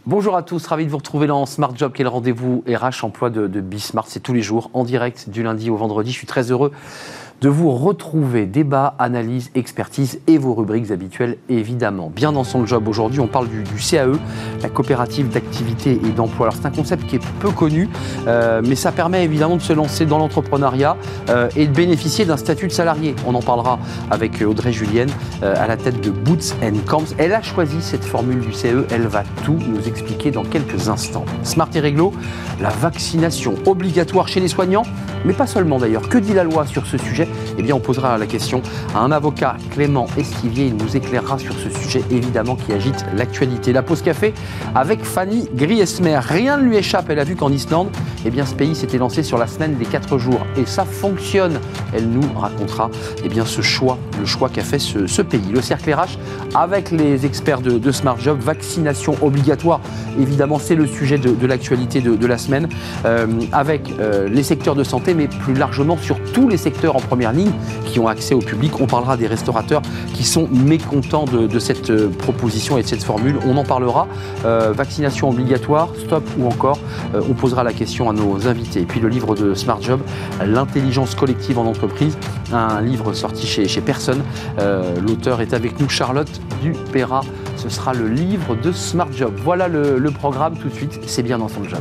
Bonjour à tous, ravi de vous retrouver dans Smart Job, qui est le rendez-vous RH emploi de Bismart. C'est tous les jours, en direct, du lundi au vendredi. Je suis très heureux de vous retrouver. Débat, analyse, expertise et vos rubriques habituelles, évidemment. Bien dans son job, aujourd'hui, on parle du CAE, la coopérative d'activité et d'emploi. Alors, c'est un concept qui est peu connu, mais ça permet évidemment de se lancer dans l'entrepreneuriat et de bénéficier d'un statut de salarié. On en parlera avec Audrey Julienne, à la tête de Boots & Camps. Elle a choisi cette formule du CAE, elle va tout nous expliquer dans quelques instants. Smart et réglo, la vaccination obligatoire chez les soignants, mais pas seulement d'ailleurs. Que dit la loi sur ce sujet ? Eh bien, on posera la question à un avocat, Clément Estivier. Il nous éclairera sur ce sujet, évidemment, qui agite l'actualité. La pause café avec Fanny Griesmer. Rien ne lui échappe. Elle a vu qu'en Islande, eh bien, ce pays s'était lancé sur la semaine des 4 jours. Et ça fonctionne. Elle nous racontera, eh bien, le choix qu'a fait ce pays. Le cercle RH avec les experts de Smart Job. Vaccination obligatoire, évidemment, c'est le sujet de l'actualité de la semaine. Avec les secteurs de santé, mais plus largement sur tous les secteurs en première ligne qui ont accès au public. On parlera des restaurateurs qui sont mécontents de cette proposition et de cette formule. On en parlera. Vaccination obligatoire, stop ou encore. On posera la question à nos invités. Et puis le livre de Smart Job, l'intelligence collective en entreprise, un livre sorti chez Personne. L'auteur est avec nous, Charlotte Dupéra. Ce sera le livre de Smart Job. Voilà le programme tout de suite. C'est bien dans son job.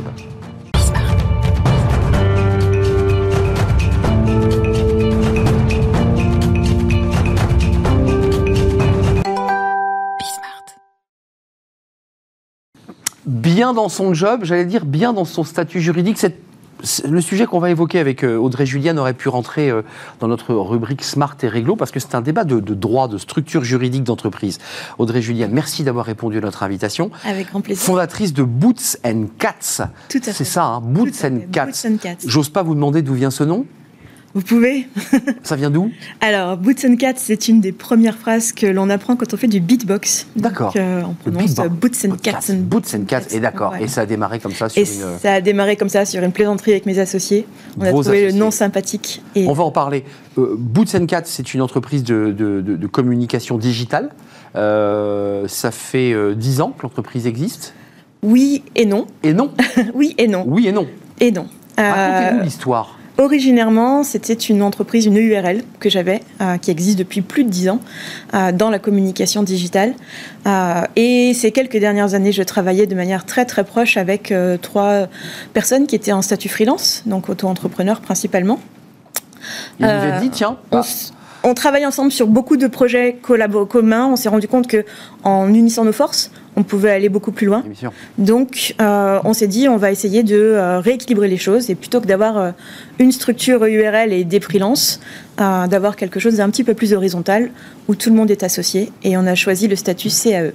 Bien dans son job, j'allais dire bien dans son statut juridique. Le sujet qu'on va évoquer avec Audrey Julienne aurait pu rentrer dans notre rubrique Smart et réglo, parce que c'est un débat de droit, de structure juridique d'entreprise. Audrey Julienne, merci d'avoir répondu à notre invitation. Avec grand plaisir. Fondatrice de Boots & Cats. Tout à fait. C'est ça, hein, Boots & Cats. J'ose pas vous demander d'où vient ce nom. Vous pouvez. Ça vient d'où ? Alors, Boots & Cats, c'est une des premières phrases que l'on apprend quand on fait du beatbox. D'accord. Donc, on prononce Boots & Cats. Boots & Cats, et d'accord. Ouais. Et ça a démarré comme ça sur ça a démarré comme ça sur une plaisanterie avec mes associés. On a trouvé le nom sympathique. On va en parler. Boots & Cats, c'est une entreprise de communication digitale. Ça fait 10 ans que l'entreprise existe. Oui et non. Et non. Oui et non. Oui et non. Et non. Racontez-nous l'histoire. Originairement, c'était une entreprise, une EURL que j'avais, qui existe depuis plus de 10 ans dans la communication digitale. Et ces quelques dernières années, je travaillais de manière très très proche avec 3 personnes qui étaient en statut freelance, donc auto-entrepreneurs principalement. Et vous vous êtes dit, tiens... On travaille ensemble sur beaucoup de projets communs. On s'est rendu compte qu'en unissant nos forces, on pouvait aller beaucoup plus loin. Donc, on s'est dit, on va essayer de rééquilibrer les choses. Et plutôt que d'avoir une structure URL et des freelances, d'avoir quelque chose d'un petit peu plus horizontal, où tout le monde est associé. Et on a choisi le statut CAE.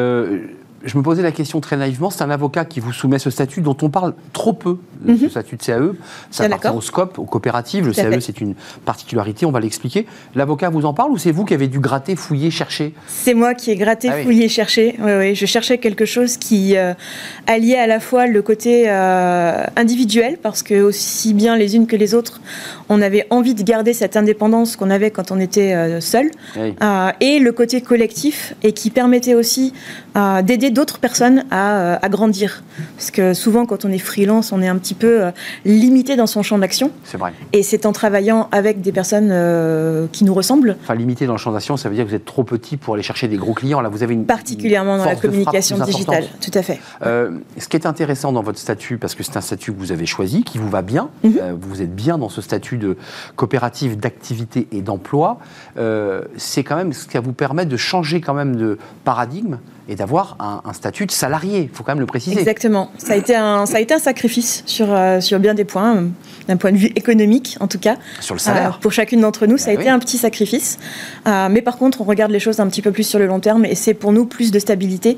Je me posais la question très naïvement, c'est un avocat qui vous soumet ce statut dont on parle trop peu, ce statut de CAE. Ça appartient au SCOP, aux coopératives. Le CAE, c'est une particularité, on va l'expliquer. L'avocat vous en parle ou c'est vous qui avez dû gratter, fouiller, chercher ? C'est moi qui ai gratté, fouillé, cherché. Oui, je cherchais quelque chose qui alliait à la fois le côté individuel, parce que aussi bien les unes que les autres, on avait envie de garder cette indépendance qu'on avait quand on était seul, et le côté collectif, et qui permettait aussi d'aider d'autres personnes à grandir. Parce que souvent, quand on est freelance, on est un petit peu limité dans son champ d'action. C'est vrai. Et c'est en travaillant avec des personnes qui nous ressemblent. Enfin, limité dans le champ d'action, ça veut dire que vous êtes trop petit pour aller chercher des gros clients. Là, vous avez particulièrement dans la communication digitale. Tout à fait. Ce qui est intéressant dans votre statut, parce que c'est un statut que vous avez choisi, qui vous va bien, vous êtes bien dans ce statut de coopérative d'activité et d'emploi, c'est quand même ce qui va vous permettre de changer quand même de paradigme et d'avoir un statut de salarié, il faut quand même le préciser. Exactement. Ça a été un sacrifice sur bien des points, d'un point de vue économique en tout cas. Sur le salaire. Pour chacune d'entre nous, ça a été un petit sacrifice. Mais par contre, on regarde les choses un petit peu plus sur le long terme et c'est pour nous plus de stabilité,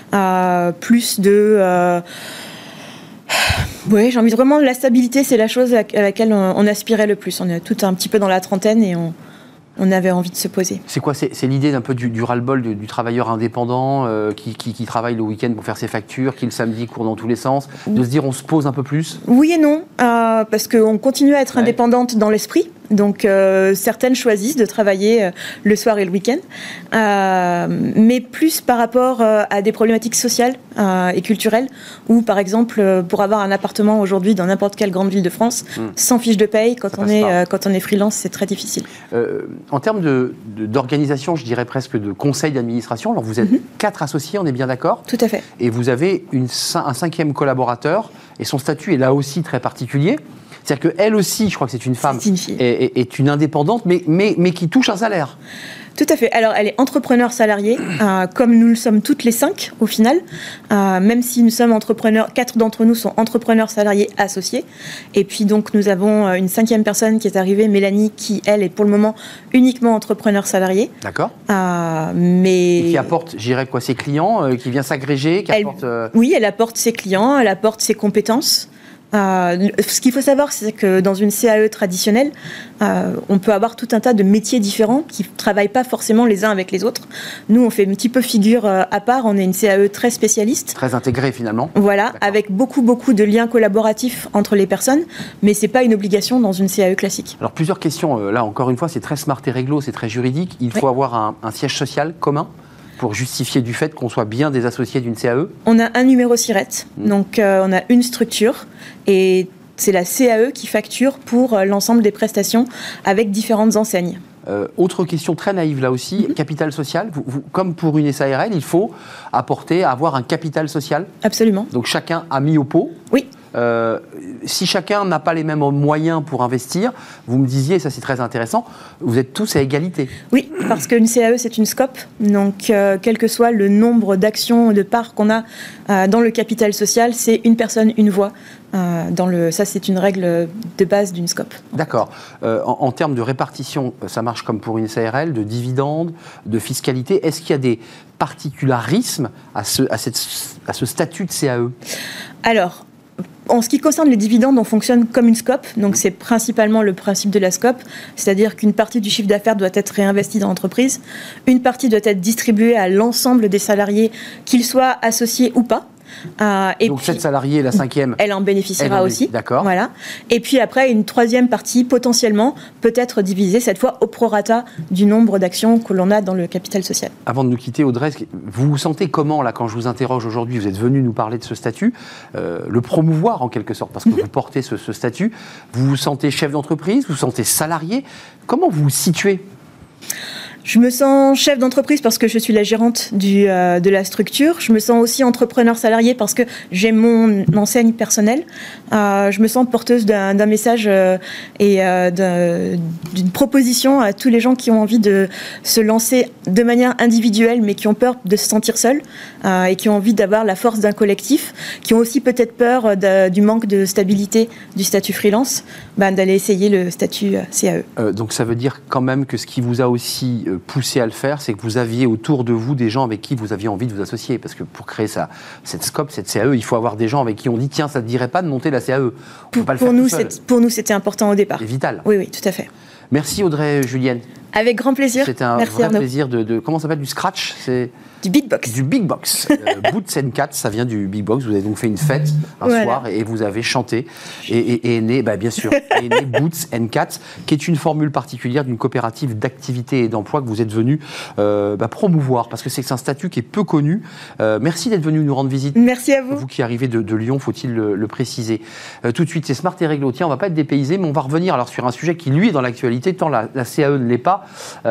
plus de... Oui, j'ai envie de vraiment... La stabilité, c'est la chose à laquelle on aspirait le plus. On est tout un petit peu dans la trentaine et on avait envie de se poser. C'est quoi ? C'est l'idée d'un peu du ras-le-bol du travailleur indépendant qui travaille le week-end pour faire ses factures, qui le samedi court dans tous les sens, de se dire on se pose un peu plus ? Oui et non, parce qu'on continue à être indépendante dans l'esprit, Donc certaines choisissent de travailler le soir et le week-end, mais plus par rapport à des problématiques sociales et culturelles, ou par exemple pour avoir un appartement aujourd'hui dans n'importe quelle grande ville de France, sans fiche de paye, quand on est freelance, c'est très difficile. En termes d'organisation, je dirais presque de conseil d'administration, alors vous êtes 4 associés, on est bien d'accord? Tout à fait. Et vous avez un 5e collaborateur, et son statut est là aussi très particulier. C'est-à-dire qu'elle aussi, je crois que c'est une femme, est une indépendante, mais qui touche un salaire. Tout à fait. Alors, elle est entrepreneur salariée, comme nous le sommes toutes les 5 au final. Même si nous sommes entrepreneurs, 4 d'entre nous sont entrepreneurs salariés associés. Et puis donc, nous avons une 5e personne qui est arrivée, Mélanie, qui, elle, est pour le moment uniquement entrepreneur salarié. D'accord. Mais... Et qui apporte, je dirais quoi, ses clients, qui vient s'agréger, Oui, elle apporte ses clients, elle apporte ses compétences. Ce qu'il faut savoir, c'est que dans une CAE traditionnelle, on peut avoir tout un tas de métiers différents qui ne travaillent pas forcément les uns avec les autres. Nous, on fait un petit peu figure à part. On est une CAE très spécialiste. Très intégrée, finalement. Voilà, avec beaucoup de liens collaboratifs entre les personnes, mais ce n'est pas une obligation dans une CAE classique. Alors, plusieurs questions. Là, encore une fois, c'est très smart et réglo, c'est très juridique. Il faut avoir un siège social commun pour justifier du fait qu'on soit bien des associés d'une CAE? On a un numéro SIRET, donc on a une structure, et c'est la CAE qui facture pour l'ensemble des prestations avec différentes enseignes. Autre question très naïve là aussi, capital social. Comme pour une SARL, il faut avoir un capital social? Absolument. Donc chacun a mis au pot? Oui. Si chacun n'a pas les mêmes moyens pour investir, vous me disiez, et ça c'est très intéressant, vous êtes tous à égalité. Oui, parce qu'une CAE c'est une SCOP, donc quel que soit le nombre d'actions, de parts qu'on a dans le capital social, c'est une personne, une voix. Ça c'est une règle de base d'une SCOP. D'accord. En termes de répartition, ça marche comme pour une SARL, de dividendes, de fiscalité. Est-ce qu'il y a des particularismes à ce statut de CAE? Alors, en ce qui concerne les dividendes, on fonctionne comme une SCOP, donc c'est principalement le principe de la SCOP, c'est-à-dire qu'une partie du chiffre d'affaires doit être réinvestie dans l'entreprise, une partie doit être distribuée à l'ensemble des salariés, qu'ils soient associés ou pas. Donc cette salariée, la 5e, elle en bénéficiera aussi. D'accord. Voilà. Et puis après, une 3e partie, potentiellement, peut être divisée, cette fois au prorata du nombre d'actions que l'on a dans le capital social. Avant de nous quitter, Audrey, vous vous sentez comment, là, quand je vous interroge aujourd'hui? Vous êtes venu nous parler de ce statut, le promouvoir en quelque sorte, parce que vous portez ce statut. Vous vous sentez chef d'entreprise? Vous vous sentez salarié? Comment vous vous situez? Je me sens chef d'entreprise parce que je suis la gérante de la structure. Je me sens aussi entrepreneur salarié parce que j'ai mon enseigne personnelle. Je me sens porteuse d'un message et d'une proposition à tous les gens qui ont envie de se lancer de manière individuelle, mais qui ont peur de se sentir seuls et qui ont envie d'avoir la force d'un collectif, qui ont aussi peut-être peur du manque de stabilité du statut freelance, d'aller essayer le statut CAE. Donc ça veut dire quand même que ce qui vous a aussi poussé à le faire, c'est que vous aviez autour de vous des gens avec qui vous aviez envie de vous associer. Parce que pour créer cette SCOP, cette CAE, il faut avoir des gens avec qui on dit tiens, ça ne te dirait pas de monter la CAE. Pour nous, c'était important au départ. C'est vital. Oui, tout à fait. Merci Audrey Julienne. Avec grand plaisir. C'était un vrai plaisir comment ça s'appelle, du scratch? Du Big Box. Du Big Box. Boots and Cats, ça vient du Big Box. Vous avez donc fait une fête soir et vous avez chanté. Et est né, bien sûr, est né Boots and Cats, qui est une formule particulière d'une coopérative d'activité et d'emploi que vous êtes venu promouvoir, parce que c'est un statut qui est peu connu. Merci d'être venu nous rendre visite. Merci à vous. Vous qui arrivez de Lyon, faut-il le préciser. Tout de suite, c'est Smart et Réglo. Tiens, on ne va pas être dépaysé, mais on va revenir alors sur un sujet qui, lui, est dans l'actualité, tant la CAE ne l'est pas.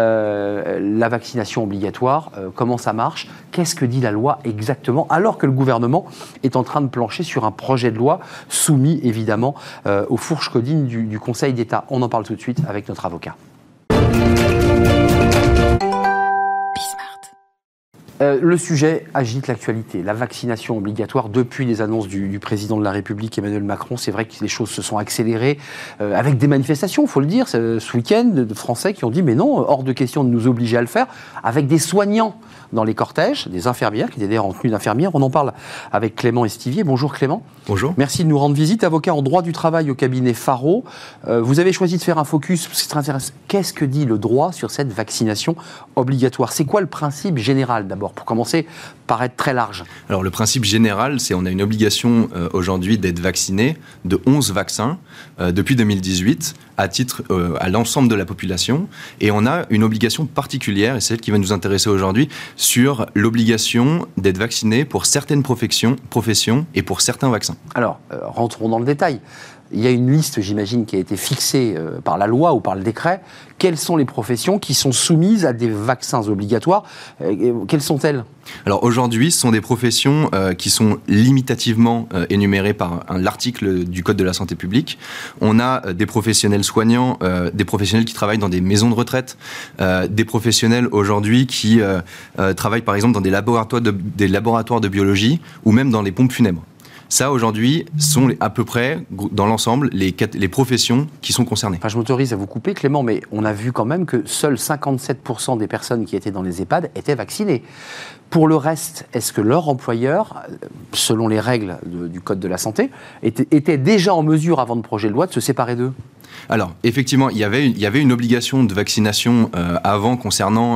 La vaccination obligatoire, comment ça marche? Qu'est-ce que dit la loi exactement, alors que le gouvernement est en train de plancher sur un projet de loi soumis évidemment aux fourches codines du Conseil d'État? On en parle tout de suite avec notre avocat. Le sujet agite l'actualité, la vaccination obligatoire depuis les annonces du président de la République Emmanuel Macron. C'est vrai que les choses se sont accélérées avec des manifestations, il faut le dire, ce week-end, de Français qui ont dit mais non, hors de question de nous obliger à le faire, avec des soignants dans les cortèges, des infirmières qui étaient d'ailleurs en tenue d'infirmière. On en parle avec Clément Estivier. Bonjour Clément. Bonjour. Merci de nous rendre visite, avocat en droit du travail au cabinet Faro. Vous avez choisi de faire un focus, c'est très intéressant. Qu'est-ce que dit le droit sur cette vaccination obligatoire? C'est quoi le principe général d'abord pour commencer, paraît très large. Alors le principe général, c'est qu'on a une obligation aujourd'hui d'être vacciné de 11 vaccins depuis 2018 à l'ensemble de la population. Et on a une obligation particulière, et c'est celle qui va nous intéresser aujourd'hui, sur l'obligation d'être vacciné pour certaines professions et pour certains vaccins. Alors, rentrons dans le détail. Il y a une liste, j'imagine, qui a été fixée par la loi ou par le décret. Quelles sont les professions qui sont soumises à des vaccins obligatoires ? Quelles sont-elles ? Alors aujourd'hui, ce sont des professions qui sont limitativement énumérées par l'article du Code de la santé publique. On a des professionnels soignants, des professionnels qui travaillent dans des maisons de retraite, des professionnels aujourd'hui qui travaillent par exemple dans des laboratoires de biologie ou même dans les pompes funèbres. Ça, aujourd'hui, sont à peu près, dans l'ensemble, les professions qui sont concernées. Enfin, je m'autorise à vous couper, Clément, mais on a vu quand même que seuls 57% des personnes qui étaient dans les EHPAD étaient vaccinées. Pour le reste, est-ce que leur employeur, selon les règles du Code de la santé, était déjà en mesure, avant le projet de loi, de se séparer d'eux ? Alors, effectivement, il y avait une obligation de vaccination avant concernant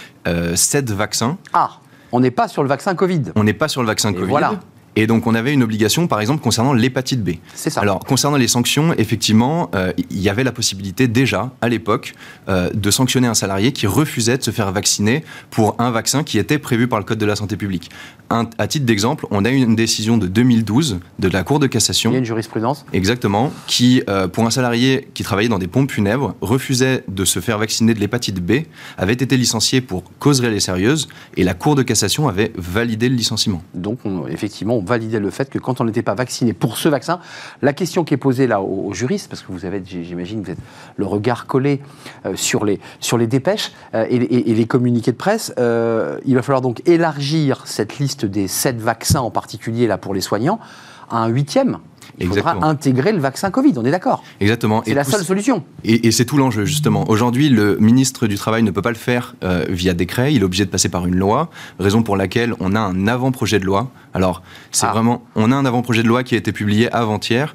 7 vaccins. Ah, on n'est pas sur le vaccin Covid. On n'est pas sur le vaccin Covid. Voilà. Et donc, on avait une obligation, par exemple, concernant l'hépatite B. C'est ça. Alors, concernant les sanctions, effectivement, il y avait la possibilité déjà, à l'époque, de sanctionner un salarié qui refusait de se faire vacciner pour un vaccin qui était prévu par le Code de la santé publique. À titre d'exemple, on a eu une décision de 2012 de la Cour de cassation. Il y a une jurisprudence. Exactement, qui, pour un salarié qui travaillait dans des pompes funèbres, refusait de se faire vacciner de l'hépatite B, avait été licencié pour cause réelle et sérieuse, et la Cour de cassation avait validé le licenciement. Donc, effectivement, on validait le fait que quand on n'était pas vacciné pour ce vaccin, la question qui est posée là aux juristes, parce que vous avez, j'imagine, vous êtes le regard collé sur les dépêches et les communiqués de presse, il va falloir donc élargir cette liste des 7 vaccins en particulier là pour les soignants à un 8e. Il faudra intégrer le vaccin Covid, on est d'accord ? Exactement. C'est la seule solution. Et c'est tout l'enjeu, justement. Aujourd'hui, le ministre du Travail ne peut pas le faire via décret, il est obligé de passer par une loi, raison pour laquelle on a un avant-projet de loi. Alors, on a un avant-projet de loi qui a été publié avant-hier,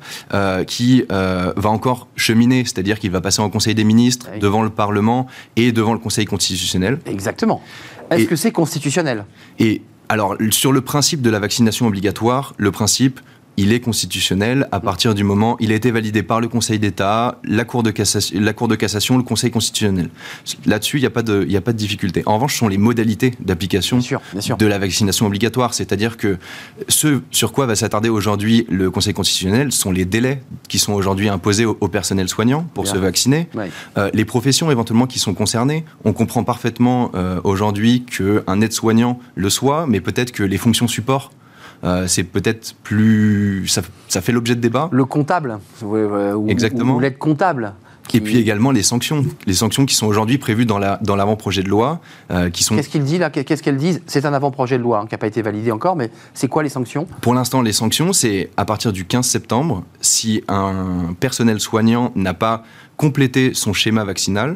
qui va encore cheminer, c'est-à-dire qu'il va passer en Conseil des ministres, devant le Parlement et devant le Conseil constitutionnel. Exactement. Est-ce que c'est constitutionnel ? Et alors, sur le principe de la vaccination obligatoire, le principe... il est constitutionnel à partir du moment... Il a été validé par le Conseil d'État, la Cour de cassation, le Conseil constitutionnel. Là-dessus, il n'y a pas de difficulté. En revanche, ce sont les modalités d'application de la vaccination obligatoire. C'est-à-dire que ce sur quoi va s'attarder aujourd'hui le Conseil constitutionnel sont les délais qui sont aujourd'hui imposés au personnel soignant pour se vacciner. Ouais. Les professions éventuellement qui sont concernées. On comprend parfaitement aujourd'hui qu'un aide-soignant le soit, mais peut-être que les fonctions support... c'est peut-être plus... Ça fait l'objet de débat. Le comptable, exactement. Ou l'aide comptable. Et puis également les sanctions qui sont aujourd'hui prévues dans l'avant-projet de loi. Qu'est-ce qu'il dit là ? Qu'est-ce qu'elles disent ? C'est un avant-projet de loi qui n'a pas été validé encore, mais c'est quoi les sanctions ? Pour l'instant, les sanctions, c'est à partir du 15 septembre, si un personnel soignant n'a pas complété son schéma vaccinal,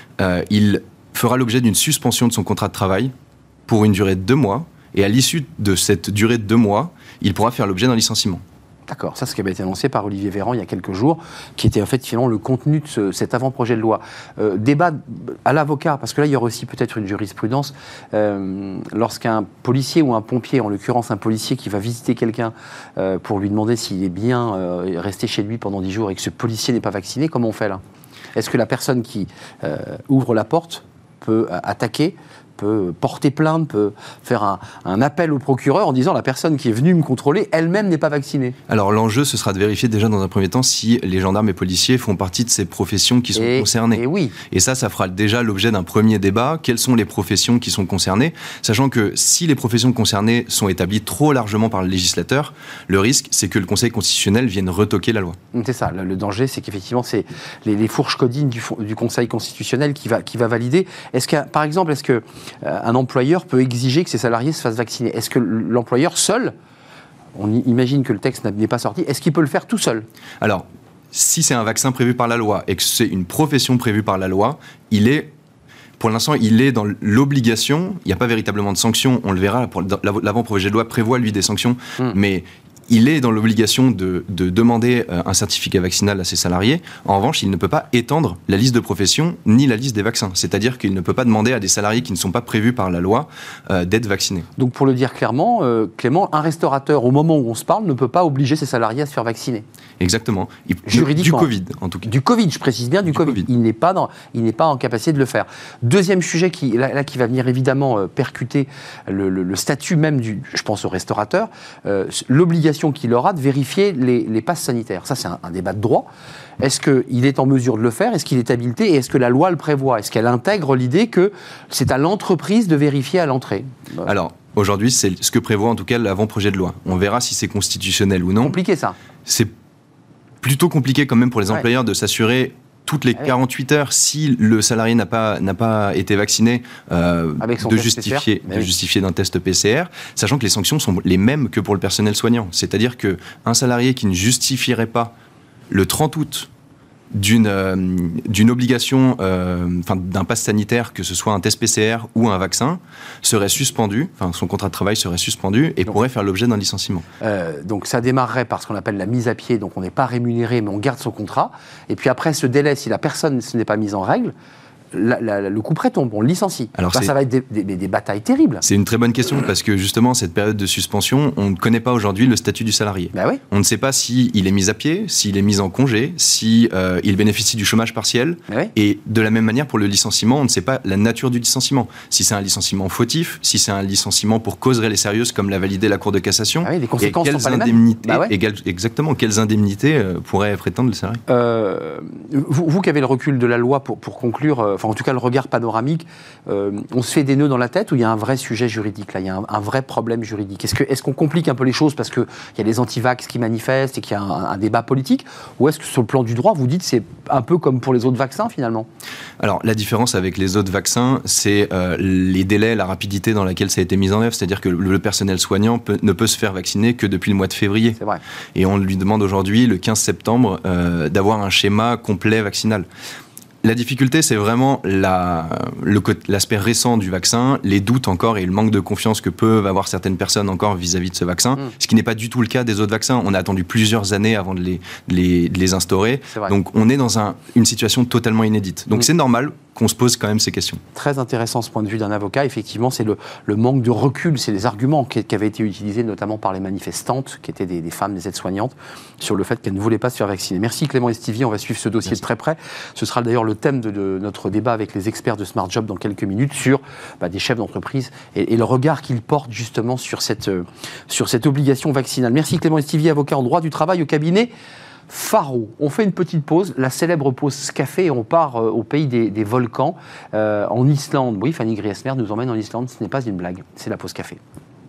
il fera l'objet d'une suspension de son contrat de travail pour une durée de 2 mois. Et à l'issue de cette durée de 2 mois, il pourra faire l'objet d'un licenciement. D'accord, ça c'est ce qui avait été annoncé par Olivier Véran il y a quelques jours, qui était en fait finalement le contenu de cet avant-projet de loi. Débat à l'avocat, parce que là il y aura aussi peut-être une jurisprudence, lorsqu'un policier ou un pompier, en l'occurrence un policier qui va visiter quelqu'un pour lui demander s'il est bien resté chez lui pendant 10 jours et que ce policier n'est pas vacciné, comment on fait là ? Est-ce que la personne qui ouvre la porte peut attaquer, peut porter plainte, peut faire un appel au procureur en disant la personne qui est venue me contrôler elle-même n'est pas vaccinée. Alors l'enjeu, ce sera de vérifier déjà dans un premier temps si les gendarmes et policiers font partie de ces professions qui sont concernées. Et oui. Et ça fera déjà l'objet d'un premier débat. Quelles sont les professions qui sont concernées ? Sachant que si les professions concernées sont établies trop largement par le législateur, le risque, c'est que le Conseil constitutionnel vienne retoquer la loi. C'est ça. Le danger, c'est qu'effectivement, c'est les fourches codines du Conseil constitutionnel qui va valider. Par exemple, est-ce que un employeur peut exiger que ses salariés se fassent vacciner ? Est-ce que l'employeur seul, on imagine que le texte n'est pas sorti, est-ce qu'il peut le faire tout seul ? Alors, si c'est un vaccin prévu par la loi et que c'est une profession prévue par la loi, pour l'instant, il est dans l'obligation. Il n'y a pas véritablement de sanctions, on le verra. L'avant-projet de loi prévoit, lui, des sanctions, mais il est dans l'obligation de demander un certificat vaccinal à ses salariés. En revanche, il ne peut pas étendre la liste de professions ni la liste des vaccins. C'est-à-dire qu'il ne peut pas demander à des salariés qui ne sont pas prévus par la loi d'être vaccinés. Donc pour le dire clairement, Clément, un restaurateur, au moment où on se parle, ne peut pas obliger ses salariés à se faire vacciner. Exactement. Juridiquement. Du Covid, en tout cas. Du Covid, je précise bien, du COVID. Il n'est pas en capacité de le faire. Deuxième sujet qui va venir évidemment percuter le statut même je pense au restaurateur, l'obligation qu'il aura de vérifier les passes sanitaires. Ça, c'est un débat de droit. Est-ce qu'il est en mesure de le faire ? Est-ce qu'il est habilité ? Et est-ce que la loi le prévoit ? Est-ce qu'elle intègre l'idée que c'est à l'entreprise de vérifier à l'entrée ? Alors, aujourd'hui, c'est ce que prévoit en tout cas l'avant-projet de loi. On verra si c'est constitutionnel ou non. Compliqué, ça. C'est plutôt compliqué quand même pour les employeurs de s'assurer toutes les 48 heures, si le salarié n'a pas été vacciné, de justifier d'un test PCR, sachant que les sanctions sont les mêmes que pour le personnel soignant. C'est-à-dire qu'un salarié qui ne justifierait pas le 30 août d'une obligation, d'un pass sanitaire, que ce soit un test PCR ou un vaccin, serait suspendu, son contrat de travail serait suspendu et pourrait faire l'objet d'un licenciement. Donc ça démarrerait par ce qu'on appelle la mise à pied, donc on n'est pas rémunéré mais on garde son contrat, et puis après ce délai, si la personne ne n'est pas mise en règle, le coup près tombe, on le licencie. Alors ça va être des batailles terribles. C'est une très bonne question parce que justement, cette période de suspension, on ne connaît pas aujourd'hui le statut du salarié. Ben oui. On ne sait pas s'il est mis à pied, s'il est mis en congé, s'il bénéficie du chômage partiel. Ben oui. Et de la même manière, pour le licenciement, on ne sait pas la nature du licenciement. Si c'est un licenciement fautif, si c'est un licenciement pour cause réelle et sérieuse, comme l'a validé la Cour de cassation. Ben oui, les conséquences sont pas les mêmes. Exactement, quelles indemnités pourrait prétendre le salarié. Vous qui avez le recul de la loi pour conclure, en tout cas le regard panoramique, on se fait des nœuds dans la tête ou il y a un vrai sujet juridique là, il y a un vrai problème juridique. Est-ce qu'on complique un peu les choses parce qu'il y a les anti-vax qui manifestent et qu'il y a un débat politique, ou est-ce que sur le plan du droit, vous dites c'est un peu comme pour les autres vaccins finalement ? Alors la différence avec les autres vaccins, c'est les délais, la rapidité dans laquelle ça a été mis en œuvre, c'est-à-dire que le personnel soignant ne peut se faire vacciner que depuis le mois de février. C'est vrai. Et on lui demande aujourd'hui, le 15 septembre, d'avoir un schéma complet vaccinal. La difficulté, c'est vraiment l'aspect récent du vaccin, les doutes encore et le manque de confiance que peuvent avoir certaines personnes encore vis-à-vis de ce vaccin, ce qui n'est pas du tout le cas des autres vaccins. On a attendu plusieurs années avant de les instaurer. Donc on est dans une situation totalement inédite. Donc c'est normal qu'on se pose quand même ces questions. Très intéressant ce point de vue d'un avocat. Effectivement, c'est le manque de recul, c'est les arguments qui avaient été utilisés notamment par les manifestantes, qui étaient des femmes, des aides-soignantes, sur le fait qu'elles ne voulaient pas se faire vacciner. Merci Clément Estivier, on va suivre ce dossier de très près. Ce sera d'ailleurs le thème de notre débat avec les experts de Smart Job dans quelques minutes sur des chefs d'entreprise et le regard qu'ils portent justement sur cette obligation vaccinale. Merci Clément Estivier, avocat en droit du travail au cabinet Faro. On fait une petite pause, la célèbre pause café, et on part au pays des volcans, en Islande. Oui, Fanny Griesmer nous emmène en Islande, ce n'est pas une blague, c'est la pause café.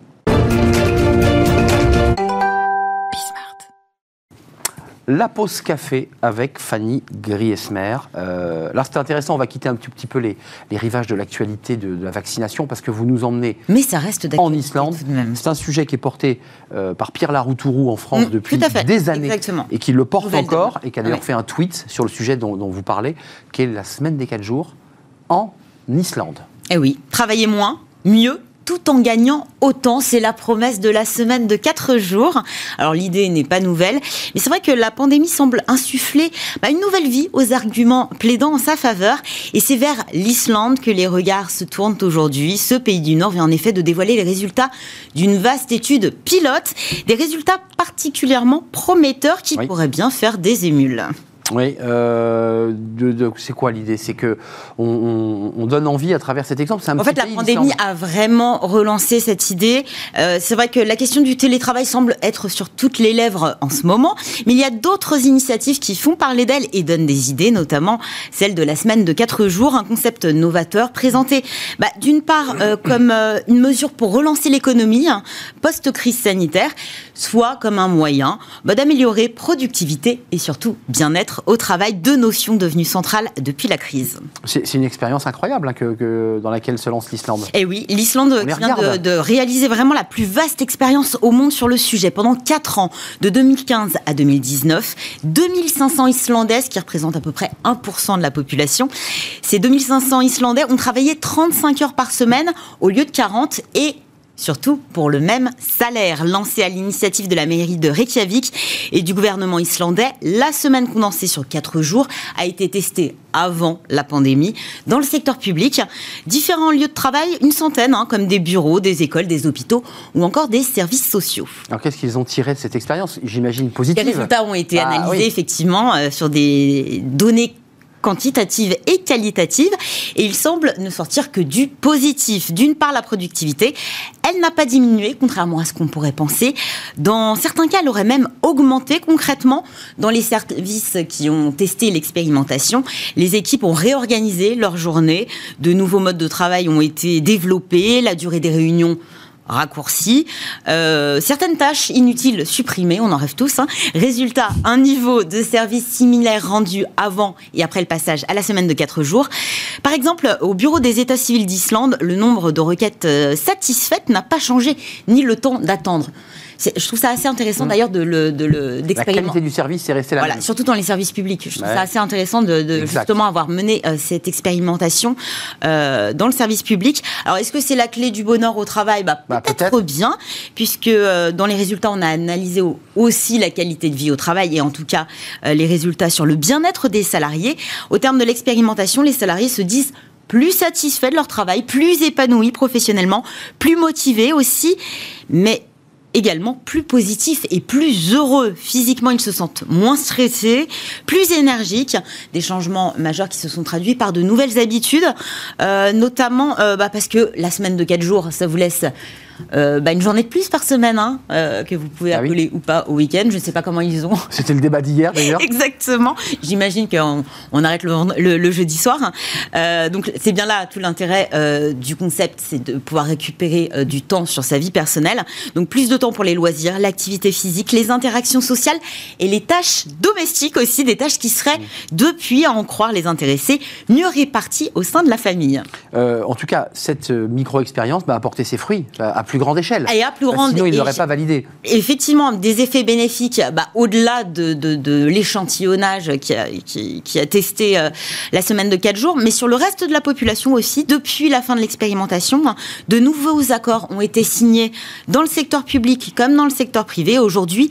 La pause café avec Fanny Griesmer. Là, c'était intéressant, on va quitter un petit peu les rivages de l'actualité de la vaccination parce que vous nous emmenez Mais ça reste en Islande. C'est un sujet qui est porté par Pierre Laroutourou en France depuis des années. Exactement. Et qui le porte encore et qui a d'ailleurs fait un tweet sur le sujet dont vous parlez, qui est la semaine des 4 jours en Islande. Eh oui, travailler moins, mieux, tout en gagnant autant, c'est la promesse de la semaine de 4 jours. Alors l'idée n'est pas nouvelle, mais c'est vrai que la pandémie semble insuffler une nouvelle vie aux arguments plaidant en sa faveur. Et c'est vers l'Islande que les regards se tournent aujourd'hui. Ce pays du Nord vient en effet de dévoiler les résultats d'une vaste étude pilote, des résultats particulièrement prometteurs qui pourraient bien faire des émules. Oui, c'est quoi l'idée ? C'est qu'on donne envie à travers cet exemple. En fait, la pandémie a vraiment relancé cette idée. C'est vrai que la question du télétravail semble être sur toutes les lèvres en ce moment, mais il y a d'autres initiatives qui font parler d'elle et donnent des idées, notamment celle de la semaine de 4 jours, un concept novateur présenté d'une part comme une mesure pour relancer l'économie post-crise sanitaire, soit comme un moyen d'améliorer productivité et surtout bien-être au travail, 2 notions devenues centrales depuis la crise. C'est une expérience incroyable dans laquelle se lance l'Islande. Et oui, l'Islande vient de réaliser vraiment la plus vaste expérience au monde sur le sujet. Pendant 4 ans, de 2015 à 2019, 2500 Islandaises, qui représentent à peu près 1% de la population, ces 2500 Islandais ont travaillé 35 heures par semaine au lieu de 40 et surtout pour le même salaire. Lancé à l'initiative de la mairie de Reykjavik et du gouvernement islandais, la semaine condensée sur 4 jours a été testée avant la pandémie dans le secteur public. Différents lieux de travail, une centaine, comme des bureaux, des écoles, des hôpitaux ou encore des services sociaux. Alors qu'est-ce qu'ils ont tiré de cette expérience ? J'imagine positive. Les résultats ont été analysés effectivement sur des données quantitatives et qualitatives, et il semble ne sortir que du positif. D'une part, la productivité, elle n'a pas diminué, contrairement à ce qu'on pourrait penser. Dans certains cas, elle aurait même augmenté concrètement. Dans les services qui ont testé l'expérimentation, les équipes ont réorganisé leur journée, de nouveaux modes de travail ont été développés, la durée des réunions raccourcis, certaines tâches inutiles supprimées, on en rêve tous. Résultat, un niveau de service similaire rendu avant et après le passage à la semaine de 4 jours. Par exemple, au bureau des états civils d'Islande, le nombre de requêtes satisfaites n'a pas changé, ni le temps d'attendre. Je trouve ça assez intéressant d'ailleurs d'expérimenter. La qualité du service est restée la même. Surtout dans les services publics. Je trouve ça assez intéressant de justement avoir mené cette expérimentation dans le service public. Alors, est-ce que c'est la clé du bonheur au travail ? Peut-être bien, puisque dans les résultats, on a analysé aussi la qualité de vie au travail et en tout cas les résultats sur le bien-être des salariés. Au terme de l'expérimentation, les salariés se disent plus satisfaits de leur travail, plus épanouis professionnellement, plus motivés aussi, mais également plus positifs et plus heureux. Physiquement, ils se sentent moins stressés, plus énergiques. Des changements majeurs qui se sont traduits par de nouvelles habitudes, notamment parce que la semaine de 4 jours, ça vous laisse une journée de plus par semaine, que vous pouvez appeler ou pas au week-end. Je ne sais pas comment ils ont. C'était le débat d'hier d'ailleurs. Exactement. J'imagine qu'on arrête le jeudi soir. Donc c'est bien là tout l'intérêt du concept, c'est de pouvoir récupérer du temps sur sa vie personnelle. Donc plus de temps pour les loisirs, l'activité physique, les interactions sociales et les tâches domestiques aussi, des tâches qui seraient, depuis à en croire les intéressés, mieux réparties au sein de la famille. En tout cas, cette micro-expérience a apporté ses fruits à plus grande échelle. Et à plus grande, sinon, ils ne l'auraient pas validé. Effectivement, des effets bénéfiques au-delà de l'échantillonnage qui a testé la semaine de 4 jours, mais sur le reste de la population aussi. Depuis la fin de l'expérimentation, de nouveaux accords ont été signés dans le secteur public comme dans le secteur privé. Aujourd'hui,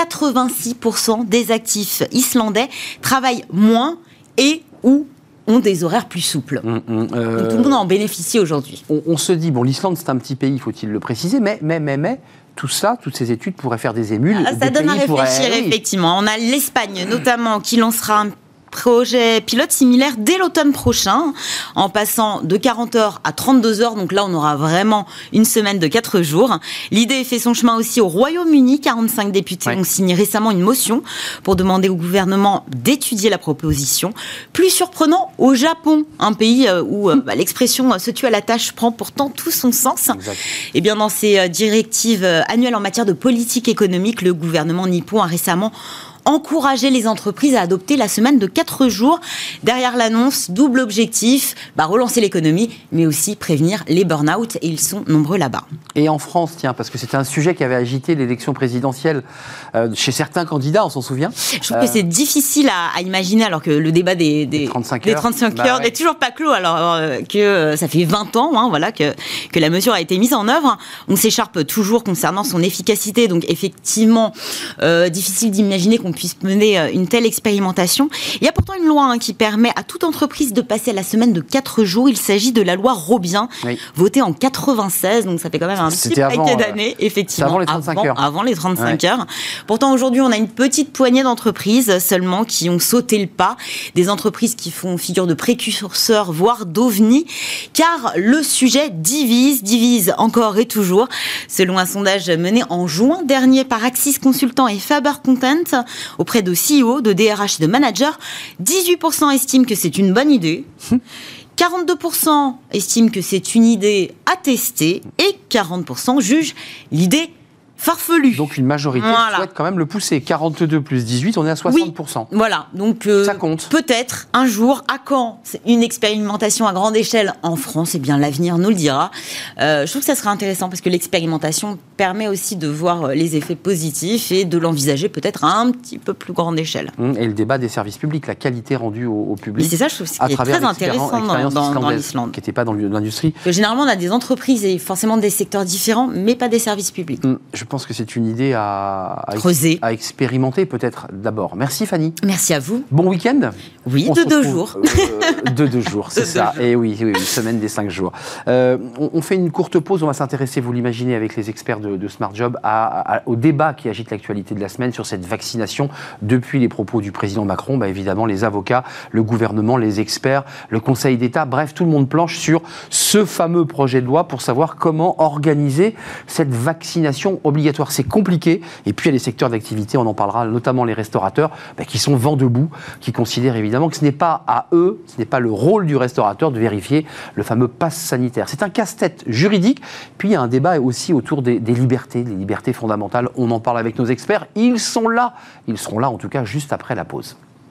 86% des actifs islandais travaillent moins et ou ont des horaires plus souples. Donc tout le monde en bénéficie aujourd'hui. On se dit, l'Islande c'est un petit pays, faut-il le préciser, mais tout ça, toutes ces études pourraient faire des émules. Ça donne à réfléchir, effectivement. On a l'Espagne notamment qui lancera un projet pilote similaire dès l'automne prochain, en passant de 40 heures à 32 heures. Donc là, on aura vraiment une semaine de 4 jours. L'idée fait son chemin aussi au Royaume-Uni. 45 députés ont signé récemment une motion pour demander au gouvernement d'étudier la proposition. Plus surprenant, au Japon, un pays où l'expression « se tue à la tâche » prend pourtant tout son sens. Et bien, dans ses directives annuelles en matière de politique économique, le gouvernement nippon a récemment encourager les entreprises à adopter la semaine de 4 jours. Derrière l'annonce, double objectif, relancer l'économie, mais aussi prévenir les burn-out, et ils sont nombreux là-bas. Et en France, tiens, parce que c'était un sujet qui avait agité l'élection présidentielle chez certains candidats, on s'en souvient. Je trouve que c'est difficile à imaginer, alors que le débat des 35 heures n'est toujours pas clos, alors que ça fait 20 ans que la mesure a été mise en œuvre. On s'écharpe toujours concernant son efficacité, donc effectivement, difficile d'imaginer qu'on puisse mener une telle expérimentation. Il y a pourtant une loi qui permet à toute entreprise de passer à la semaine de 4 jours. Il s'agit de la loi Robien, votée en 96, donc ça fait quand même un petit paquet d'années, effectivement. Avant les 35 heures. Avant les 35 heures. Pourtant, aujourd'hui, on a une petite poignée d'entreprises seulement qui ont sauté le pas. Des entreprises qui font figure de précurseurs, voire d'ovnis, car le sujet divise encore et toujours. Selon un sondage mené en juin dernier par Axis Consultant et Faber Content, auprès de CEO, de DRH et de managers, 18% estiment que c'est une bonne idée, 42% estiment que c'est une idée à tester et 40% jugent l'idée farfelu. Donc une majorité souhaite quand même le pousser. 42 plus 18, on est à 60%. Oui, voilà. Donc ça compte. Peut-être un jour, à quand une expérimentation à grande échelle en France, eh bien l'avenir nous le dira. Je trouve que ça serait intéressant parce que l'expérimentation permet aussi de voir les effets positifs et de l'envisager peut-être à un petit peu plus grande échelle. Et le débat des services publics, la qualité rendue au public. Mais c'est ça, je trouve, qui est très intéressant dans l'Islande. Qui n'était pas dans l'industrie. Généralement, on a des entreprises et forcément des secteurs différents, mais pas des services publics. Je pense que c'est une idée à creuser, à expérimenter peut-être d'abord. Merci Fanny. Merci à vous. Bon week-end. Oui, de 2 jours. De 2 jours, c'est ça. Et oui, une semaine des 5 jours. On fait une courte pause, on va s'intéresser, vous l'imaginez, avec les experts de Smart Job, au débat qui agite l'actualité de la semaine sur cette vaccination. Depuis les propos du président Macron, évidemment, les avocats, le gouvernement, les experts, le Conseil d'État, bref, tout le monde planche sur ce fameux projet de loi pour savoir comment organiser cette vaccination obligatoire. C'est compliqué. Et puis, il y a les secteurs d'activité, on en parlera, notamment les restaurateurs, qui sont vent debout, qui considèrent évidemment que ce n'est pas à eux, ce n'est pas le rôle du restaurateur de vérifier le fameux pass sanitaire. C'est un casse-tête juridique. Puis, il y a un débat aussi autour des libertés, les libertés fondamentales. On en parle avec nos experts. Ils sont là. Ils seront là, en tout cas, juste après la pause.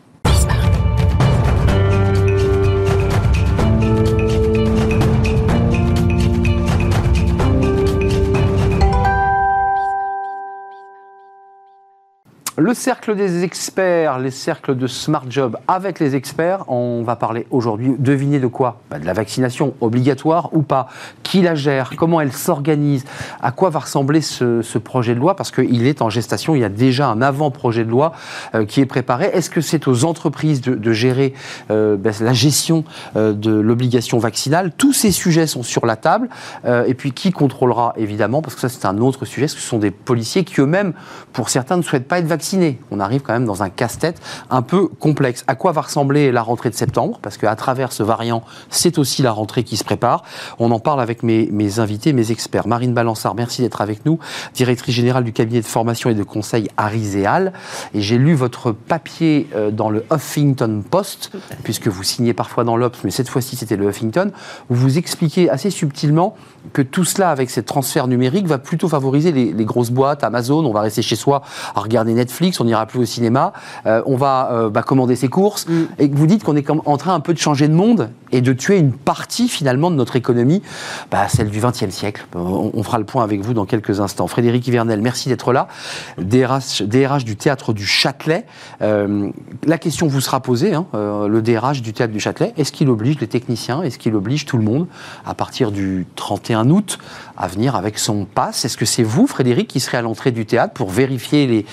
Le cercle des experts, les cercles de Smart Job avec les experts, on va parler aujourd'hui, devinez de quoi ? De la vaccination obligatoire ou pas ? Qui la gère ? Comment elle s'organise ? À quoi va ressembler ce projet de loi ? Parce qu'il est en gestation, il y a déjà un avant-projet de loi qui est préparé. Est-ce que c'est aux entreprises de gérer la gestion de l'obligation vaccinale ? Tous ces sujets sont sur la table. Et puis qui contrôlera évidemment ? Parce que ça c'est un autre sujet, ce sont des policiers qui eux-mêmes, pour certains, ne souhaitent pas être vaccinés. On arrive quand même dans un casse-tête un peu complexe. À quoi va ressembler la rentrée de septembre ? Parce qu'à travers ce variant, c'est aussi la rentrée qui se prépare. On en parle avec mes invités, mes experts. Marine Balançard, merci d'être avec nous, directrice générale du cabinet de formation et de conseil Ariséal. Et j'ai lu votre papier dans le Huffington Post, puisque vous signez parfois dans l'Obs, mais cette fois-ci c'était le Huffington, où vous expliquez assez subtilement que tout cela, avec ces transferts numériques, va plutôt favoriser les grosses boîtes, Amazon. On va rester chez soi à regarder Netflix, on n'ira plus au cinéma, on va commander ses courses, et que vous dites qu'on est en train un peu de changer de monde et de tuer une partie finalement de notre économie, celle du XXe siècle. On fera le point avec vous dans quelques instants. Frédéric Yvernel, merci d'être là, DRH du Théâtre du Châtelet. La question vous sera posée, le DRH du Théâtre du Châtelet, est-ce qu'il oblige les techniciens, est-ce qu'il oblige tout le monde à partir du 31 août à venir avec son pass ? Est-ce que c'est vous, Frédéric, qui serez à l'entrée du théâtre pour vérifier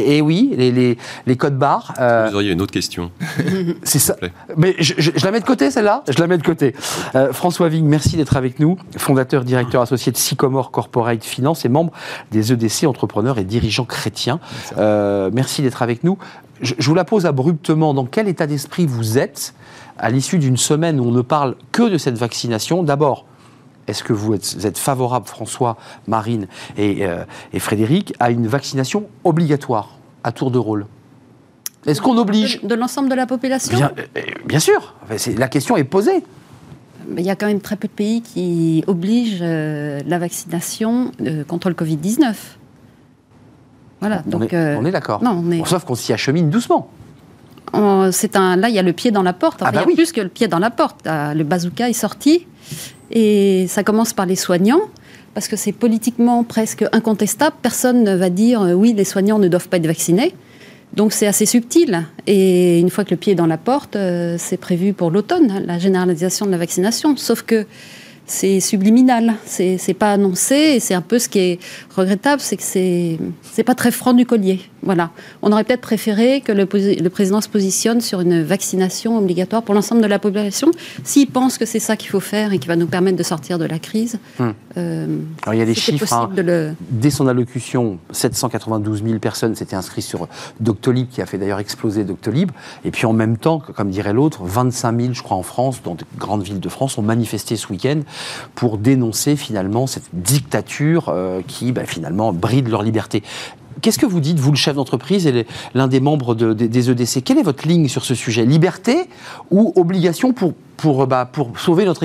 les codes barres Vous auriez une autre question. C'est ça. Mais je la mets de côté, celle-là. Je la mets de côté. François Vigne, merci d'être avec nous. Fondateur, directeur associé de Sycomore Corporate Finance et membre des EDC, entrepreneurs et dirigeants chrétiens. Merci d'être avec nous. Je vous la pose abruptement. Dans quel état d'esprit vous êtes à l'issue d'une semaine où on ne parle que de cette vaccination ? D'abord, est-ce que vous êtes favorable, François, Marine et Frédéric, à une vaccination obligatoire, à tour de rôle ? Est-ce qu'on oblige de l'ensemble de la population ? Bien sûr, la question est posée. Il y a quand même très peu de pays qui obligent la vaccination contre le Covid-19. Voilà, on est d'accord. Sauf qu'on s'y achemine doucement. Là, il y a le pied dans la porte. Il y a plus que le pied dans la porte. Le bazooka est sorti. Et ça commence par les soignants, parce que c'est politiquement presque incontestable. Personne ne va dire oui, les soignants ne doivent pas être vaccinés. Donc c'est assez subtil. Et une fois que le pied est dans la porte, c'est prévu pour l'automne, la généralisation de la vaccination. Sauf que c'est subliminal, c'est pas annoncé, et c'est un peu ce qui est regrettable, c'est que c'est pas très franc du collier. Voilà. On aurait peut-être préféré que le président se positionne sur une vaccination obligatoire pour l'ensemble de la population, s'il pense que c'est ça qu'il faut faire et qui va nous permettre de sortir de la crise. Alors, il y a des chiffres. Dès son allocution, 792 000 personnes s'étaient inscrites sur Doctolib, qui a fait d'ailleurs exploser Doctolib. Et puis en même temps, comme dirait l'autre, 25 000, je crois, en France, dans de grandes villes de France, ont manifesté ce week-end pour dénoncer finalement cette dictature qui finalement bride leur liberté. Qu'est-ce que vous dites, vous, le chef d'entreprise et l'un des membres des EDC ? Quelle est votre ligne sur ce sujet ? Liberté ou obligation pour sauver notre économie ?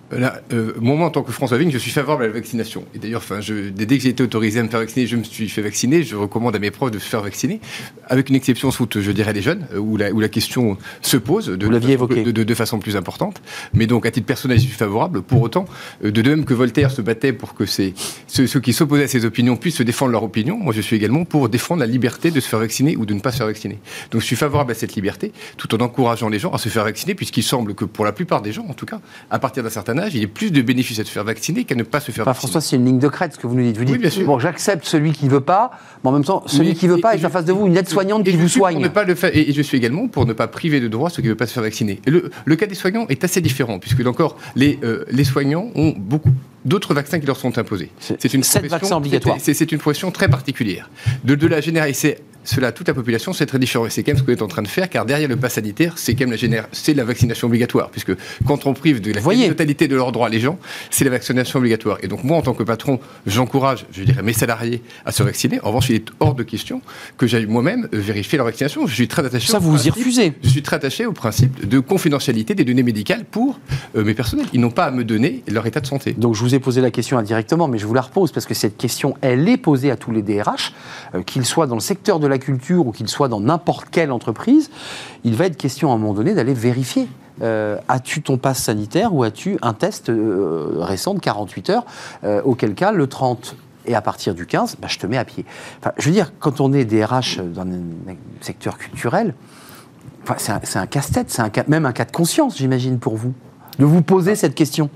Là, moi, en tant que François Vigne, je suis favorable à la vaccination. Et d'ailleurs, dès que j'ai été autorisé à me faire vacciner, je me suis fait vacciner. Je recommande à mes proches de se faire vacciner, avec une exception sous, je dirais, les jeunes, où la question se pose de façon plus importante. Mais donc, à titre personnel, je suis favorable. Pour autant, de même que Voltaire se battait pour que ceux qui s'opposaient à ses opinions puissent se défendre leur opinion, moi, je suis également pour défendre la liberté de se faire vacciner ou de ne pas se faire vacciner. Donc, je suis favorable à cette liberté, tout en encourageant les gens à se faire vacciner, puisqu'il semble que, pour la plupart des gens, en tout cas, à partir d'un certain âge, il y a plus de bénéfices à se faire vacciner qu'à ne pas se faire vacciner. François, c'est une ligne de crête, ce que vous nous dites. Vous dites, bien sûr. Bon, j'accepte celui qui ne veut pas, mais en même temps, celui qui ne veut pas est en face de vous une aide-soignante qui vous soigne. Et je suis également pour ne pas priver de droit ceux qui ne veulent pas se faire vacciner. Et le cas des soignants est assez différent, puisque là encore, les soignants ont beaucoup d'autres vaccins qui leur sont imposés. C'est une vaccins obligatoires. C'est une profession très particulière. De la généraliser cela à toute la population, c'est très différent. Et c'est quand même ce qu'on est en train de faire, car derrière le pass sanitaire, c'est quand même c'est la vaccination obligatoire, puisque quand on prive de la totalité de leurs droits les gens, c'est la vaccination obligatoire. Et donc moi, en tant que patron, j'encourage, je dirais, mes salariés à se vacciner. En revanche, il est hors de question que j'aille moi-même vérifier leur vaccination. Je suis très attaché. Ça, vous y refusez. Je suis très attaché au principe de confidentialité des données médicales pour mes personnels. Ils n'ont pas à me donner leur état de santé. Donc je vous ai posé la question indirectement, mais je vous la repose parce que cette question, elle est posée à tous les DRH, qu'ils soient dans le secteur de la culture ou qu'ils soient dans n'importe quelle entreprise. Il va être question à un moment donné d'aller vérifier. As-tu ton pass sanitaire ou as-tu un test récent de 48 heures auquel cas, le 30 et à partir du 15, je te mets à pied. Enfin, je veux dire, quand on est DRH dans un secteur culturel, c'est un casse-tête, même un cas de conscience, j'imagine, pour vous, de vous poser cette question.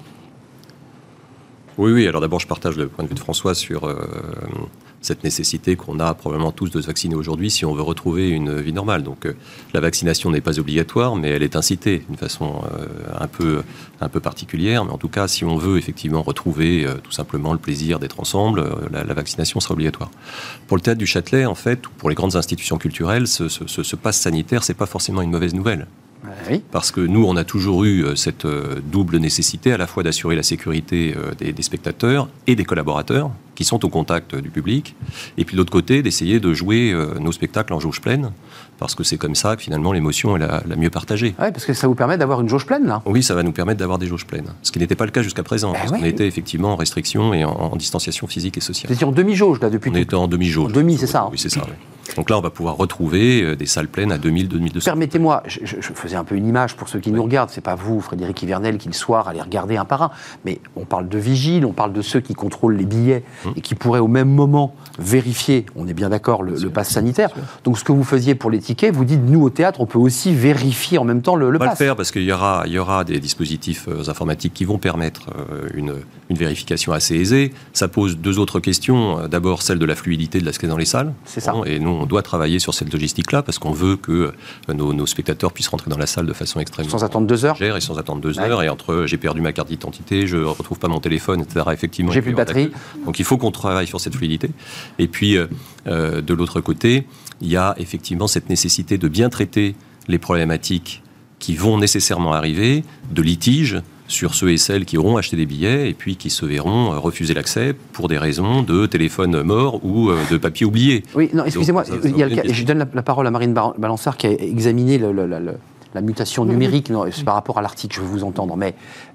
Oui. Alors d'abord, je partage le point de vue de François sur cette nécessité qu'on a probablement tous de se vacciner aujourd'hui si on veut retrouver une vie normale. Donc la vaccination n'est pas obligatoire, mais elle est incitée d'une façon un peu particulière. Mais en tout cas, si on veut effectivement retrouver tout simplement le plaisir d'être ensemble, la vaccination sera obligatoire. Pour le théâtre du Châtelet, en fait, ou pour les grandes institutions culturelles, ce pass sanitaire, c'est pas forcément une mauvaise nouvelle. Oui. Parce que nous, on a toujours eu cette double nécessité à la fois d'assurer la sécurité des spectateurs et des collaborateurs qui sont au contact du public, et puis de l'autre côté, d'essayer de jouer nos spectacles en jauge pleine, parce que c'est comme ça que finalement l'émotion est la mieux partagée. Oui, parce que ça vous permet d'avoir une jauge pleine, là. Oui, ça va nous permettre d'avoir des jauges pleines, ce qui n'était pas le cas jusqu'à présent, parce qu'on était effectivement en restriction et en distanciation physique et sociale. Vous étiez en demi-jauge, là, depuis On était en demi-jauge. En demi, c'est ça. Oui, c'est ça, oui. Donc là, on va pouvoir retrouver des salles pleines à 2000, 2200. Permettez-moi, je faisais un peu une image pour ceux qui nous regardent. C'est pas vous, Frédéric Ivernel, qui le soir allez regarder un par un. Mais on parle de vigiles, on parle de ceux qui contrôlent les billets et qui pourraient au même moment vérifier, on est bien d'accord, le pass sanitaire. Donc ce que vous faisiez pour les tickets, vous dites, nous au théâtre, on peut aussi vérifier en même temps le pass. On va le faire parce qu'il y aura des dispositifs informatiques qui vont permettre une vérification assez aisée. Ça pose deux autres questions. D'abord, celle de la fluidité de l'accès dans les salles. C'est ça. Et nous, on doit travailler sur cette logistique-là parce qu'on veut que nos spectateurs puissent rentrer dans la salle de façon extrêmement... Sans attendre 2 heures. Et sans attendre 2 heures. Et entre j'ai perdu ma carte d'identité, je ne retrouve pas mon téléphone, etc. Effectivement. J'ai plus de batterie. Donc il faut qu'on travaille sur cette fluidité. Et puis, de l'autre côté, il y a effectivement cette nécessité de bien traiter les problématiques qui vont nécessairement arriver, de litiges sur ceux et celles qui auront acheté des billets et puis qui se verront refuser l'accès pour des raisons de téléphone mort ou de papier oublié. Oui, non, excusez-moi, je donne la parole à Marine Balançard qui a examiné la mutation numérique par rapport à l'article, je veux vous entendre, mais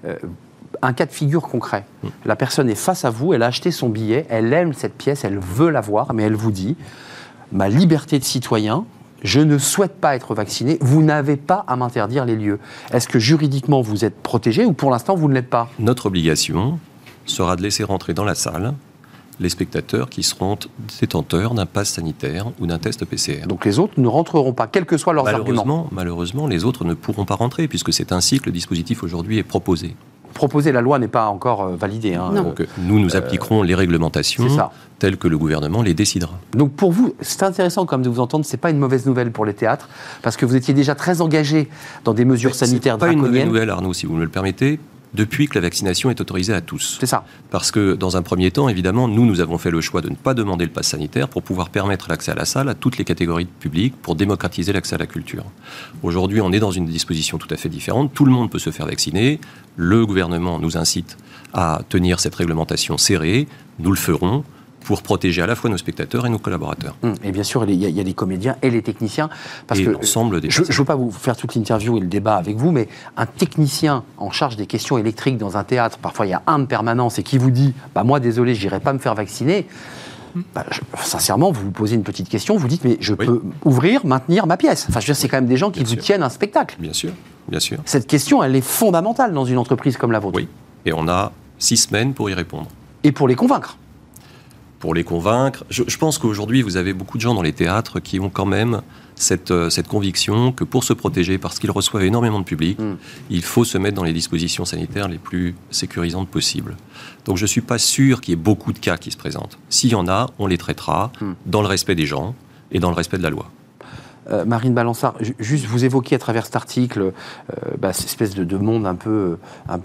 un cas de figure concret. La personne est face à vous, elle a acheté son billet, elle aime cette pièce, elle veut la voir, mais elle vous dit « Ma liberté de citoyen, je ne souhaite pas être vacciné, vous n'avez pas à m'interdire les lieux ». Est-ce que juridiquement vous êtes protégé ou pour l'instant vous ne l'êtes pas ? Notre obligation sera de laisser rentrer dans la salle les spectateurs qui seront détenteurs d'un pass sanitaire ou d'un test PCR. Donc les autres ne rentreront pas, quels que soient leurs arguments. Malheureusement, les autres ne pourront pas rentrer puisque c'est ainsi que le dispositif aujourd'hui est proposé. Proposer la loi n'est pas encore validée. Donc nous appliquerons les réglementations telles que le gouvernement les décidera. Donc pour vous, c'est intéressant comme de vous entendre, c'est pas une mauvaise nouvelle pour les théâtres, parce que vous étiez déjà très engagé dans des mesures sanitaires draconiennes. C'est pas une mauvaise nouvelle, Arnaud, si vous me le permettez, depuis que la vaccination est autorisée à tous. C'est ça. Parce que dans un premier temps, évidemment, nous avons fait le choix de ne pas demander le pass sanitaire pour pouvoir permettre l'accès à la salle à toutes les catégories de public pour démocratiser l'accès à la culture. Aujourd'hui, on est dans une disposition tout à fait différente. Tout le monde peut se faire vacciner. Le gouvernement nous incite à tenir cette réglementation serrée. Nous le ferons pour protéger à la fois nos spectateurs et nos collaborateurs. Et bien sûr, il y a les comédiens et les techniciens. Parce que l'ensemble des je ne veux pas vous faire toute l'interview et le débat avec vous, mais un technicien en charge des questions électriques dans un théâtre, parfois il y a un de permanence et qui vous dit « moi désolé, je n'irai pas me faire vacciner », sincèrement, vous vous posez une petite question, vous dites « mais je peux ouvrir, maintenir ma pièce ». Enfin, je veux dire, c'est quand même des gens qui vous tiennent un spectacle. Bien sûr, bien sûr. Cette question, elle est fondamentale dans une entreprise comme la vôtre. Oui, et on a 6 semaines pour y répondre. Et pour les convaincre. Pour les convaincre. Je pense qu'aujourd'hui, vous avez beaucoup de gens dans les théâtres qui ont quand même cette conviction que pour se protéger, parce qu'ils reçoivent énormément de public, il faut se mettre dans les dispositions sanitaires les plus sécurisantes possibles. Donc je ne suis pas sûr qu'il y ait beaucoup de cas qui se présentent. S'il y en a, on les traitera dans le respect des gens et dans le respect de la loi. Marine Balançard, juste vous évoquez à travers cet article cette espèce de monde un peu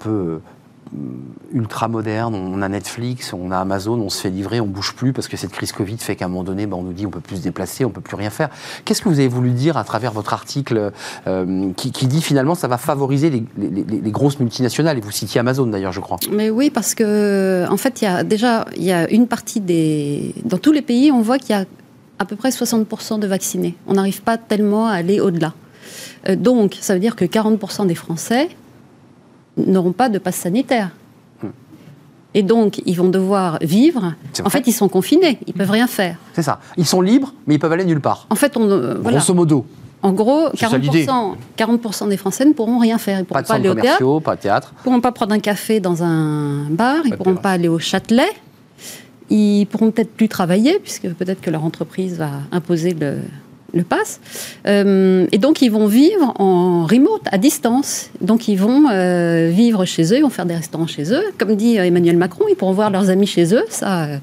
ultra moderne, on a Netflix, on a Amazon, on se fait livrer, on bouge plus parce que cette crise Covid fait qu'à un moment donné, on nous dit on peut plus se déplacer, on peut plus rien faire. Qu'est-ce que vous avez voulu dire à travers votre article qui dit finalement ça va favoriser les grosses multinationales, et vous citiez Amazon d'ailleurs, je crois. Mais oui, parce que en fait, il y a une partie dans tous les pays, on voit qu'il y a à peu près 60% de vaccinés. On n'arrive pas tellement à aller au-delà. Donc, ça veut dire que 40% des Français n'auront pas de passe sanitaire. Et donc, ils vont devoir vivre. En fait, ils sont confinés, ils ne peuvent rien faire. C'est ça. Ils sont libres, mais ils peuvent aller nulle part. En fait, grosso modo. En gros, 40% des Français ne pourront rien faire. Ils ne pourront pas aller au théâtre. Pas de théâtre. Ils ne pourront pas prendre un café dans un bar. Ils ne pourront pas aller au Châtelet. Ils ne pourront peut-être plus travailler, puisque peut-être que leur entreprise va imposer le pass. Et donc, ils vont vivre en remote, à distance. Donc, ils vont vivre chez eux, ils vont faire des restaurants chez eux. Comme dit Emmanuel Macron, ils pourront voir leurs amis chez eux.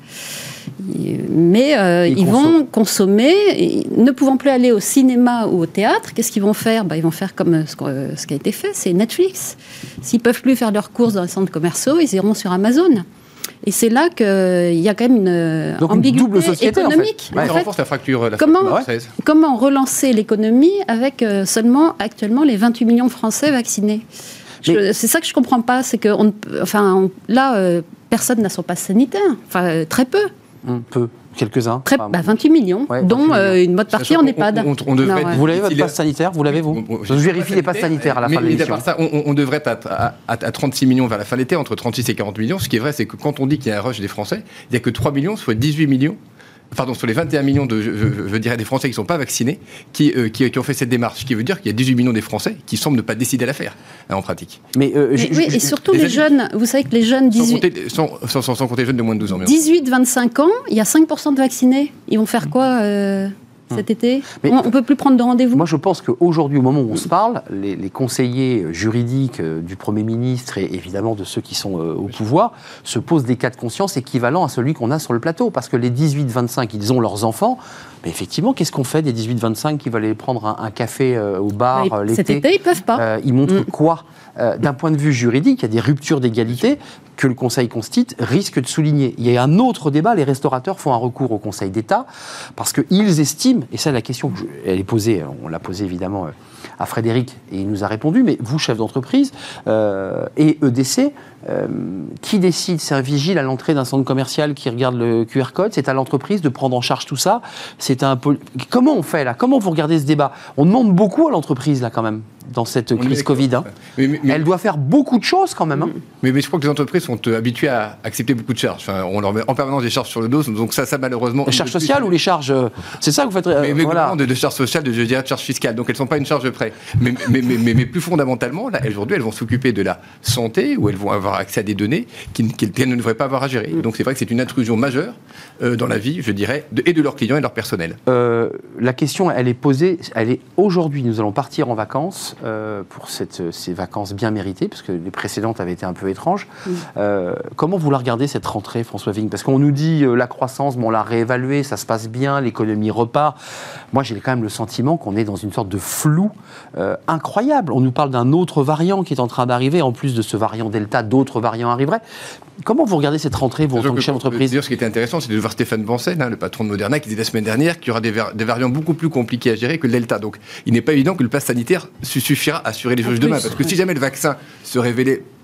Mais ils vont consommer. Et ne pouvant plus aller au cinéma ou au théâtre, qu'est-ce qu'ils vont faire ? Ils vont faire comme ce qui a été fait, c'est Netflix. S'ils ne peuvent plus faire leurs courses dans les centres commerciaux, ils iront sur Amazon. Et c'est là qu'il y a quand même une ambiguïté économique. Ça renforce la fracture française. Comment relancer l'économie avec seulement actuellement les 28 millions de Français vaccinés ? C'est ça que je ne comprends pas. C'est que personne n'a son passe sanitaire. Enfin, très peu. Peu. Quelques-uns. 28 millions, dont une bonne partie en EHPAD. Vous l'avez, votre passe sanitaire ? Vous l'avez, vous ? Je vérifie les passes sanitaires à la fin de l'émission. Mais à part ça, on devrait être à 36 millions vers la fin de l'été, entre 36 et 40 millions. Ce qui est vrai, c'est que quand on dit qu'il y a un rush des Français, il n'y a que 3 millions, soit 18 millions. Pardon, sur les 21 millions des Français qui ne sont pas vaccinés, qui ont fait cette démarche. Ce qui veut dire qu'il y a 18 millions des Français qui semblent ne pas décider à la faire, en pratique. Mais et surtout les jeunes, vous savez que les jeunes... Sans compter les jeunes de moins de 12 ans. 18-25 ans, il y a 5% de vaccinés. Ils vont faire quoi cet été ? On ne peut plus prendre de rendez-vous. Moi, je pense qu'aujourd'hui, au moment où on se parle, les conseillers juridiques du Premier ministre et évidemment de ceux qui sont au pouvoir se posent des cas de conscience équivalents à celui qu'on a sur le plateau. Parce que les 18-25, ils ont leurs enfants. Mais effectivement, qu'est-ce qu'on fait des 18-25 qui veulent aller prendre un café au bar l'été ? Cet été, ils ne peuvent pas. Ils montrent quoi ? D'un point de vue juridique, il y a des ruptures d'égalité que le Conseil Constitue risque de souligner. Il y a un autre débat, les restaurateurs font un recours au Conseil d'État parce qu'ils estiment, et ça la question, elle est posée, on l'a posée évidemment à Frédéric et il nous a répondu, mais vous, chef d'entreprise et EDC, qui décide ? C'est un vigile à l'entrée d'un centre commercial qui regarde le QR code ? C'est à l'entreprise de prendre en charge tout ça ? Comment on fait là ? Comment vous regardez ce débat ? On demande beaucoup à l'entreprise là quand même dans cette crise Covid. Elle doit faire beaucoup de choses quand même. Mais je crois que les entreprises sont habituées à accepter beaucoup de charges. Enfin, on leur met en permanence des charges sur le dos, donc ça malheureusement... Les charges sociales ou les charges... C'est ça que vous faites... voilà. De charges sociales, je dirais de charges fiscales, donc elles ne sont pas une charge de près. Mais plus fondamentalement, là, aujourd'hui, elles vont s'occuper de la santé, où elles vont avoir accès à des données qu'elles ne devraient pas avoir à gérer. Donc c'est vrai que c'est une intrusion majeure dans la vie, je dirais, et de leurs clients et de leur personnel. La question, elle est posée, elle est aujourd'hui, nous allons partir en vacances, pour ces vacances bien méritées, parce que les précédentes avaient été un peu étranges. Comment vous la regardez, cette rentrée, François Vigne ? Parce qu'on nous dit la croissance, on l'a réévaluée, ça se passe bien, l'économie repart. Moi, j'ai quand même le sentiment qu'on est dans une sorte de flou incroyable. On nous parle d'un autre variant qui est en train d'arriver. En plus de ce variant Delta, d'autres variants arriveraient. Comment vous regardez cette rentrée, vous, en tant que chef d'entreprise ? D'ailleurs, ce qui était intéressant, c'est de voir Stéphane Bancel, le patron de Moderna, qui disait la semaine dernière qu'il y aura des variants beaucoup plus compliqués à gérer que le Delta. Donc, il n'est pas évident que le pass sanitaire suffira à assurer les choses demain. Parce que si jamais le vaccin se révélait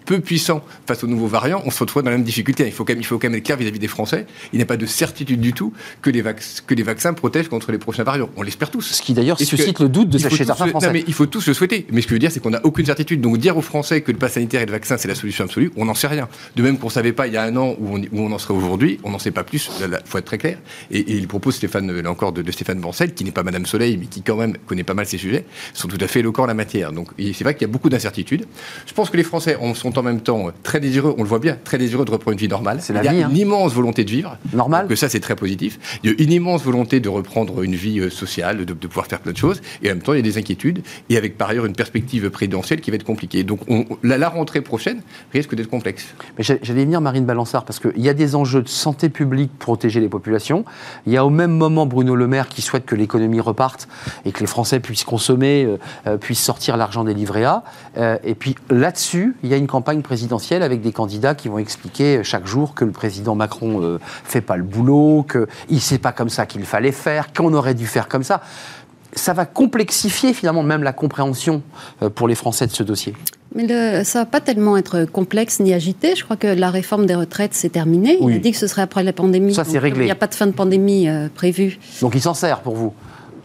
peu puissant face aux nouveaux variants, on se retrouve dans la même difficulté. Il faut quand même être clair vis-à-vis des Français. Il n'y a pas de certitude du tout que les vaccins protègent contre les prochains variants. On l'espère tous. Ce qui d'ailleurs suscite le doute chez certains Français. Non, mais il faut tous le souhaiter. Mais ce que je veux dire, c'est qu'on n'a aucune certitude. Donc dire aux Français que le pass sanitaire et le vaccin, c'est la solution absolue, on n'en sait rien. De même qu'on ne savait pas il y a un an où on en serait aujourd'hui, on n'en sait pas plus. Il faut être très clair. Et les propos de Stéphane Bancel, qui n'est pas Madame Soleil, mais qui quand même connaît pas mal ces sujets, sont tout à fait éloquents en la matière. Donc c'est vrai qu'il y a beaucoup d'incertitudes. Je pense que les Français sont en même temps très désireux, on le voit bien, très désireux de reprendre une vie normale. C'est la vie, il y a une immense volonté de vivre. Normal. Que ça, c'est très positif. Il y a une immense volonté de reprendre une vie sociale, de pouvoir faire plein de choses. Et en même temps, il y a des inquiétudes. Et avec par ailleurs une perspective présidentielle qui va être compliquée. Donc la rentrée prochaine risque d'être complexe. Mais j'allais venir, Marine Balançard, parce qu'il y a des enjeux de santé publique pour protéger les populations. Il y a au même moment Bruno Le Maire qui souhaite que l'économie reparte et que les Français puissent consommer, puissent sortir l'argent des livrets A. Et puis là-dessus, il y a une campagne présidentielle avec des candidats qui vont expliquer chaque jour que le président Macron fait pas le boulot, qu'il sait pas comme ça qu'il fallait faire, qu'on aurait dû faire comme ça. Ça va complexifier finalement même la compréhension pour les Français de ce dossier. Mais ça ne va pas tellement être complexe ni agité. Je crois que la réforme des retraites, c'est terminé. Oui. Il a dit que ce serait après la pandémie. Ça, c'est réglé. Il n'y a pas de fin de pandémie prévue. Donc il s'en sert pour vous.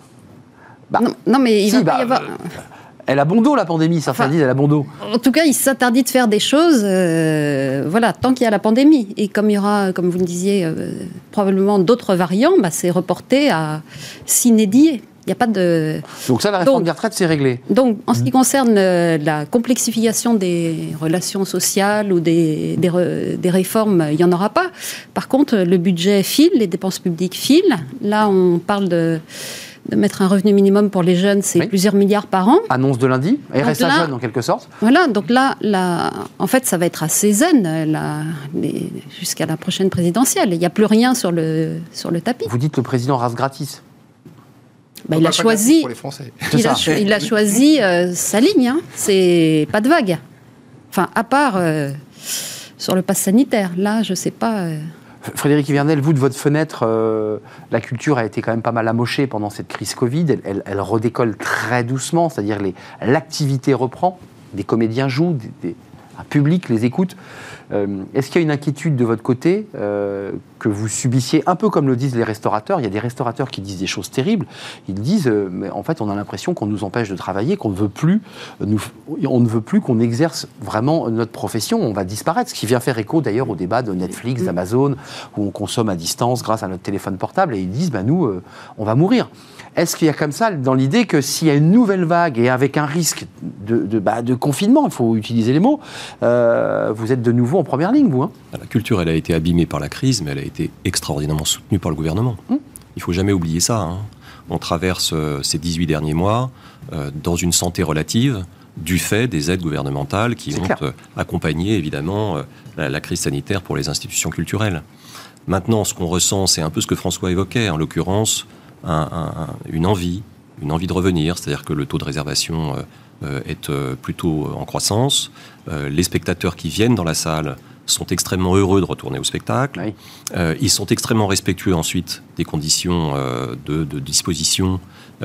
Non, mais il va pas y avoir... Elle a bon dos, la pandémie, certains disent, elle a bon dos. En tout cas, il s'interdit de faire des choses, tant qu'il y a la pandémie. Et comme il y aura, comme vous le disiez, probablement d'autres variants, c'est reporté à s'inédier. Il n'y a pas de... Donc ça, la réforme des retraites, c'est réglé. Donc, en ce qui concerne la complexification des relations sociales ou des réformes, il n'y en aura pas. Par contre, le budget file, les dépenses publiques filent. Là, on parle de mettre un revenu minimum pour les jeunes, c'est plusieurs milliards par an. Annonce de lundi, RSA jeune en quelque sorte. Voilà, donc là, en fait, ça va être assez zen jusqu'à la prochaine présidentielle. Il n'y a plus rien sur le tapis. Vous dites le président rase gratis. Il a choisi. Pour les Français. Il a choisi sa ligne. C'est pas de vague. Enfin, à part sur le pass sanitaire. Là, je sais pas. Frédéric Yvernel, vous, de votre fenêtre, la culture a été quand même pas mal amochée pendant cette crise Covid. Elle redécolle très doucement, c'est-à-dire l'activité reprend, des comédiens jouent, un public les écoute. Est-ce qu'il y a une inquiétude de votre côté que vous subissiez, un peu comme le disent les restaurateurs? Il y a des restaurateurs qui disent des choses terribles. Ils disent, mais en fait, on a l'impression qu'on nous empêche de travailler, qu'on ne veut plus, on ne veut plus qu'on exerce vraiment notre profession. On va disparaître. Ce qui vient faire écho d'ailleurs au débat de Netflix, d'Amazon, où on consomme à distance grâce à notre téléphone portable. Et ils disent, nous, on va mourir. Est-ce qu'il y a comme ça, dans l'idée que s'il y a une nouvelle vague et avec un risque de confinement, il faut utiliser les mots, vous êtes de nouveau en première ligne, vous, hein? La culture, elle a été abîmée par la crise, mais elle a été extraordinairement soutenue par le gouvernement. Il ne faut jamais oublier ça. On traverse ces 18 derniers mois dans une santé relative du fait des aides gouvernementales qui ont accompagné, évidemment, la crise sanitaire pour les institutions culturelles. Maintenant, ce qu'on ressent, c'est un peu ce que François évoquait, en l'occurrence, une envie de revenir, c'est-à-dire que le taux de réservation est plutôt en croissance. Les spectateurs qui viennent dans la salle sont extrêmement heureux de retourner au spectacle. Oui. Ils sont extrêmement respectueux ensuite des conditions de disposition,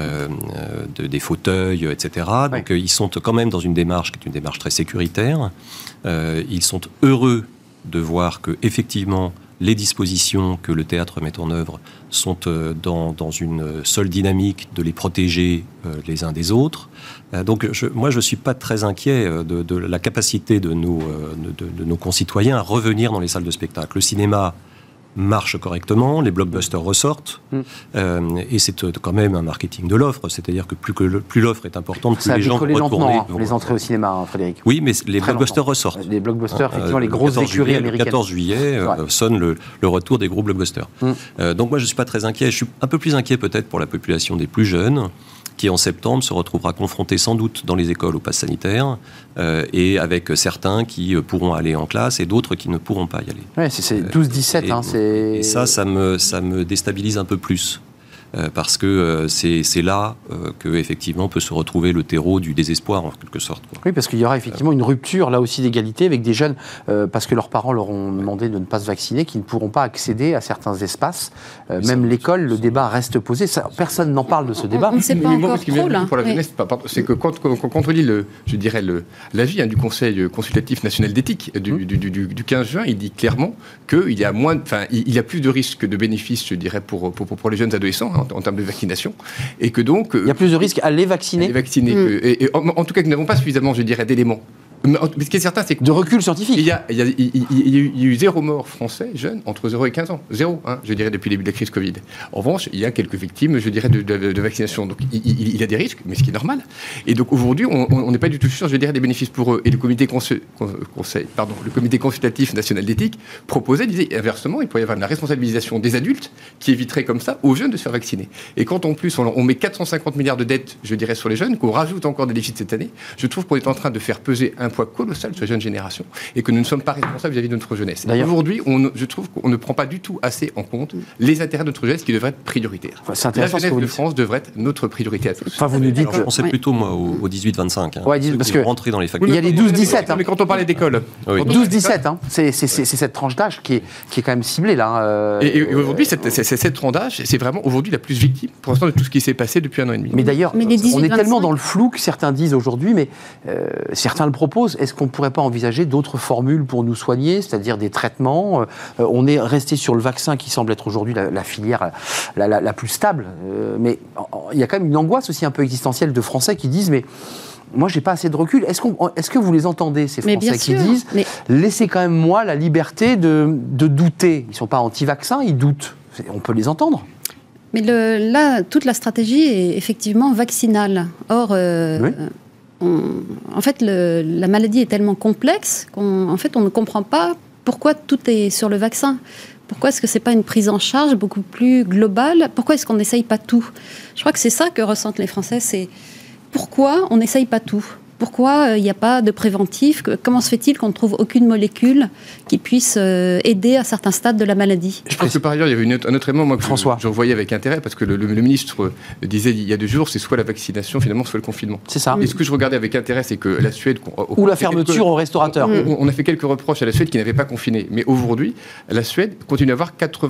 des fauteuils, etc. Oui. Donc ils sont quand même dans une démarche qui est une démarche très sécuritaire. Ils sont heureux de voir que effectivement les dispositions que le théâtre met en œuvre sont dans une seule dynamique de les protéger les uns des autres. Donc moi, je ne suis pas très inquiet de la capacité de nos concitoyens à revenir dans les salles de spectacle. Le cinéma marche correctement, les blockbusters ressortent, et c'est quand même un marketing de l'offre, c'est-à-dire que plus l'offre est importante, plus les gens vont retourner. Les entrées au cinéma, Frédéric. Oui, mais les blockbusters ressortent. Les blockbusters, effectivement, les grosses écuries américaines. Le 14 juillet sonne le retour des gros blockbusters. Donc moi, je ne suis pas très inquiet. Je suis un peu plus inquiet peut-être pour la population des plus jeunes, qui en septembre se retrouvera confronté sans doute dans les écoles au pass sanitaire, et avec certains qui pourront aller en classe et d'autres qui ne pourront pas y aller. Oui, c'est 12-17. Et ça me déstabilise un peu plus. parce que c'est là que effectivement peut se retrouver le terreau du désespoir en quelque sorte. Oui, parce qu'il y aura effectivement une rupture là aussi d'égalité avec des jeunes, parce que leurs parents leur ont demandé de ne pas se vacciner, qui ne pourront pas accéder à certains espaces. Même l'école, le débat reste posé. Ça, personne n'en parle de ce débat. On ne sait pas encore trop là. Pour la jeunesse, c'est que quand on lit l'avis du Conseil consultatif national d'éthique du 15 juin, il dit clairement qu'il y a il y a plus de risques que de bénéfices, je dirais, pour les jeunes adolescents en termes de vaccination, et que donc il y a plus de risques à les vacciner. Et en tout cas, que nous n'avons pas suffisamment, je dirais, d'éléments. Mais ce qui est certain, c'est que de recul scientifique. Il y a eu 0 mort français jeunes entre 0 et 15 ans. 0, je dirais, depuis le début de la crise Covid. En revanche, il y a quelques victimes, je dirais, de vaccination. Donc il y a des risques, mais ce qui est normal. Et donc aujourd'hui, on n'est pas du tout sûr, je dirais, des bénéfices pour eux. Et le comité consultatif national d'éthique disait inversement, il pourrait y avoir une responsabilisation des adultes qui éviterait comme ça aux jeunes de se faire vacciner. Et quand en plus on met 450 milliards de dettes, je dirais, sur les jeunes, qu'on rajoute encore des déficits cette année, je trouve qu'on est en train de faire peser un poids colossal sur la jeune génération et que nous ne sommes pas responsables vis-à-vis de notre jeunesse. Aujourd'hui, je trouve qu'on ne prend pas du tout assez en compte les intérêts de notre jeunesse qui devraient être prioritaires. La jeunesse de France devrait être notre priorité à tous. Vous nous dites je pensais plutôt, moi, au 18-25. Parce que rentrer dans les facultés. Il y a les 12-17. Mais quand on parlait d'école... 12-17, c'est cette tranche d'âge qui est quand même ciblée, là. Et aujourd'hui, cette tranche d'âge, c'est vraiment aujourd'hui la plus victime, pour l'instant, de tout ce qui s'est passé depuis 1 an et demi. Mais d'ailleurs, on est tellement dans le flou que certains disent aujourd'hui, mais certains le proposent. Est-ce qu'on ne pourrait pas envisager d'autres formules pour nous soigner, c'est-à-dire des traitements On est resté sur le vaccin qui semble être aujourd'hui la filière la plus stable. Mais il y a quand même une angoisse aussi un peu existentielle de Français qui disent mais moi, j'ai pas assez de recul. Est-ce que vous les entendez, ces Français qui disent laissez quand même moi la liberté de douter. Ils sont pas anti-vaccins, ils doutent. On peut les entendre. Mais là, toute la stratégie est effectivement vaccinale. Or, en fait, la maladie est tellement complexe qu'on ne comprend pas pourquoi tout est sur le vaccin. Pourquoi est-ce que ce n'est pas une prise en charge beaucoup plus globale ? Pourquoi est-ce qu'on n'essaye pas tout ? Je crois que c'est ça que ressentent les Français, c'est pourquoi on n'essaye pas tout ? Pourquoi il n'y a pas de préventif ? Comment se fait-il qu'on ne trouve aucune molécule qui puisse aider à certains stades de la maladie ? Je pense que par ailleurs, il y avait un autre élément, moi, que François. Je revoyais avec intérêt, parce que le ministre disait il y a 2 jours, c'est soit la vaccination, finalement, soit le confinement. C'est ça. Et ce que je regardais avec intérêt, c'est que la Suède... Ou la fermeture au restaurateur. On a fait quelques reproches à la Suède qui n'avait pas confiné. Mais aujourd'hui, la Suède continue à avoir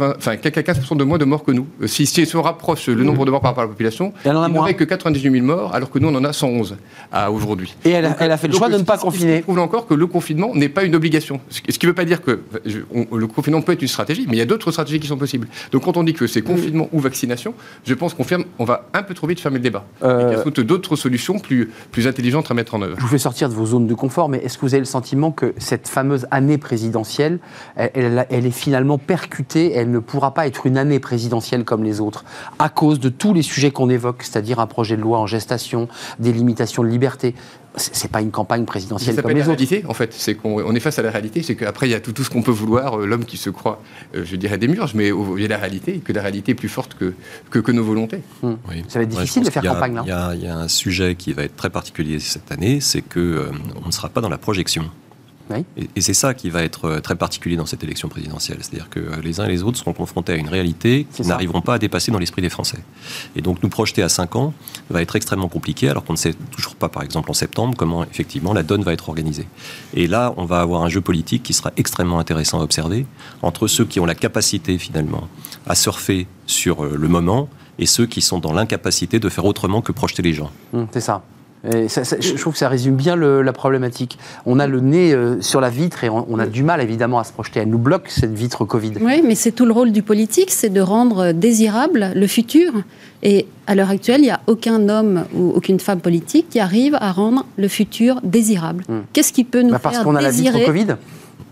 15% de moins de morts que nous. Si on rapproche le nombre de morts par rapport à la population, il n'aurait que 98 000 morts, alors que nous, on en a 111 aujourd'hui. Et elle a fait le choix de ne pas confiner. Je trouve encore que le confinement n'est pas une obligation. Ce qui ne veut pas dire que le confinement peut être une stratégie, mais il y a d'autres stratégies qui sont possibles. Donc quand on dit que c'est confinement ou vaccination, je pense qu'on va un peu trop vite fermer le débat. Il y a sans doute d'autres solutions plus intelligentes à mettre en œuvre. Je vous fais sortir de vos zones de confort, mais est-ce que vous avez le sentiment que cette fameuse année présidentielle, elle est finalement percutée, elle ne pourra pas être une année présidentielle comme les autres, à cause de tous les sujets qu'on évoque, c'est-à-dire un projet de loi en gestation, des limitations de liberté. C'est pas une campagne présidentielle comme les autres. La réalité, en fait, c'est qu'on est face à la réalité, c'est qu'après il y a tout ce qu'on peut vouloir, l'homme qui se croit, je dirais démiurge, mais il y a la réalité, et que la réalité est plus forte que nos volontés. Oui. Ça va être difficile de faire campagne là. Il y a un sujet qui va être très particulier cette année, c'est que on ne sera pas dans la projection. Oui. Et c'est ça qui va être très particulier dans cette élection présidentielle. C'est-à-dire que les uns et les autres seront confrontés à une réalité qu'ils n'arriveront pas à dépasser dans l'esprit des Français. Et donc nous projeter à 5 ans va être extrêmement compliqué, alors qu'on ne sait toujours pas, par exemple en septembre, comment effectivement la donne va être organisée. Et là, on va avoir un jeu politique qui sera extrêmement intéressant à observer entre ceux qui ont la capacité finalement à surfer sur le moment et ceux qui sont dans l'incapacité de faire autrement que projeter les gens. C'est ça. Et je trouve que ça résume bien la problématique. On a le nez sur la vitre et on a du mal évidemment à se projeter. Elle nous bloque cette vitre Covid. Oui, mais c'est tout le rôle du politique, c'est de rendre désirable le futur. Et à l'heure actuelle, il n'y a aucun homme ou aucune femme politique qui arrive à rendre le futur désirable. Qu'est-ce qui peut nous faire parce qu'on a désirer la vitre Covid ? Non ?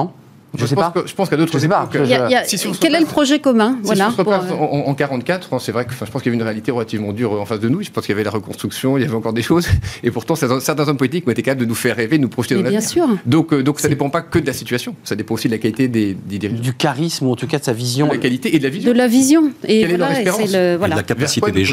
Je sais pas. Je pense qu'il y a d'autres. Quel est le projet commun Si on se replace en 44, c'est vrai que je pense qu'il y avait une réalité relativement dure en face de nous. Je pense qu'il y avait la reconstruction, il y avait encore des choses. Et pourtant, certains hommes politiques ont été capables de nous faire rêver, de nous projeter dans l'avenir. Bien sûr. Donc ça ne dépend pas que de la situation. Ça dépend aussi de la qualité des dirigeants. Du charisme, ou en tout cas de sa vision. De la qualité et de la vision. De la vision. Et quelle est leur espérance ? De la capacité des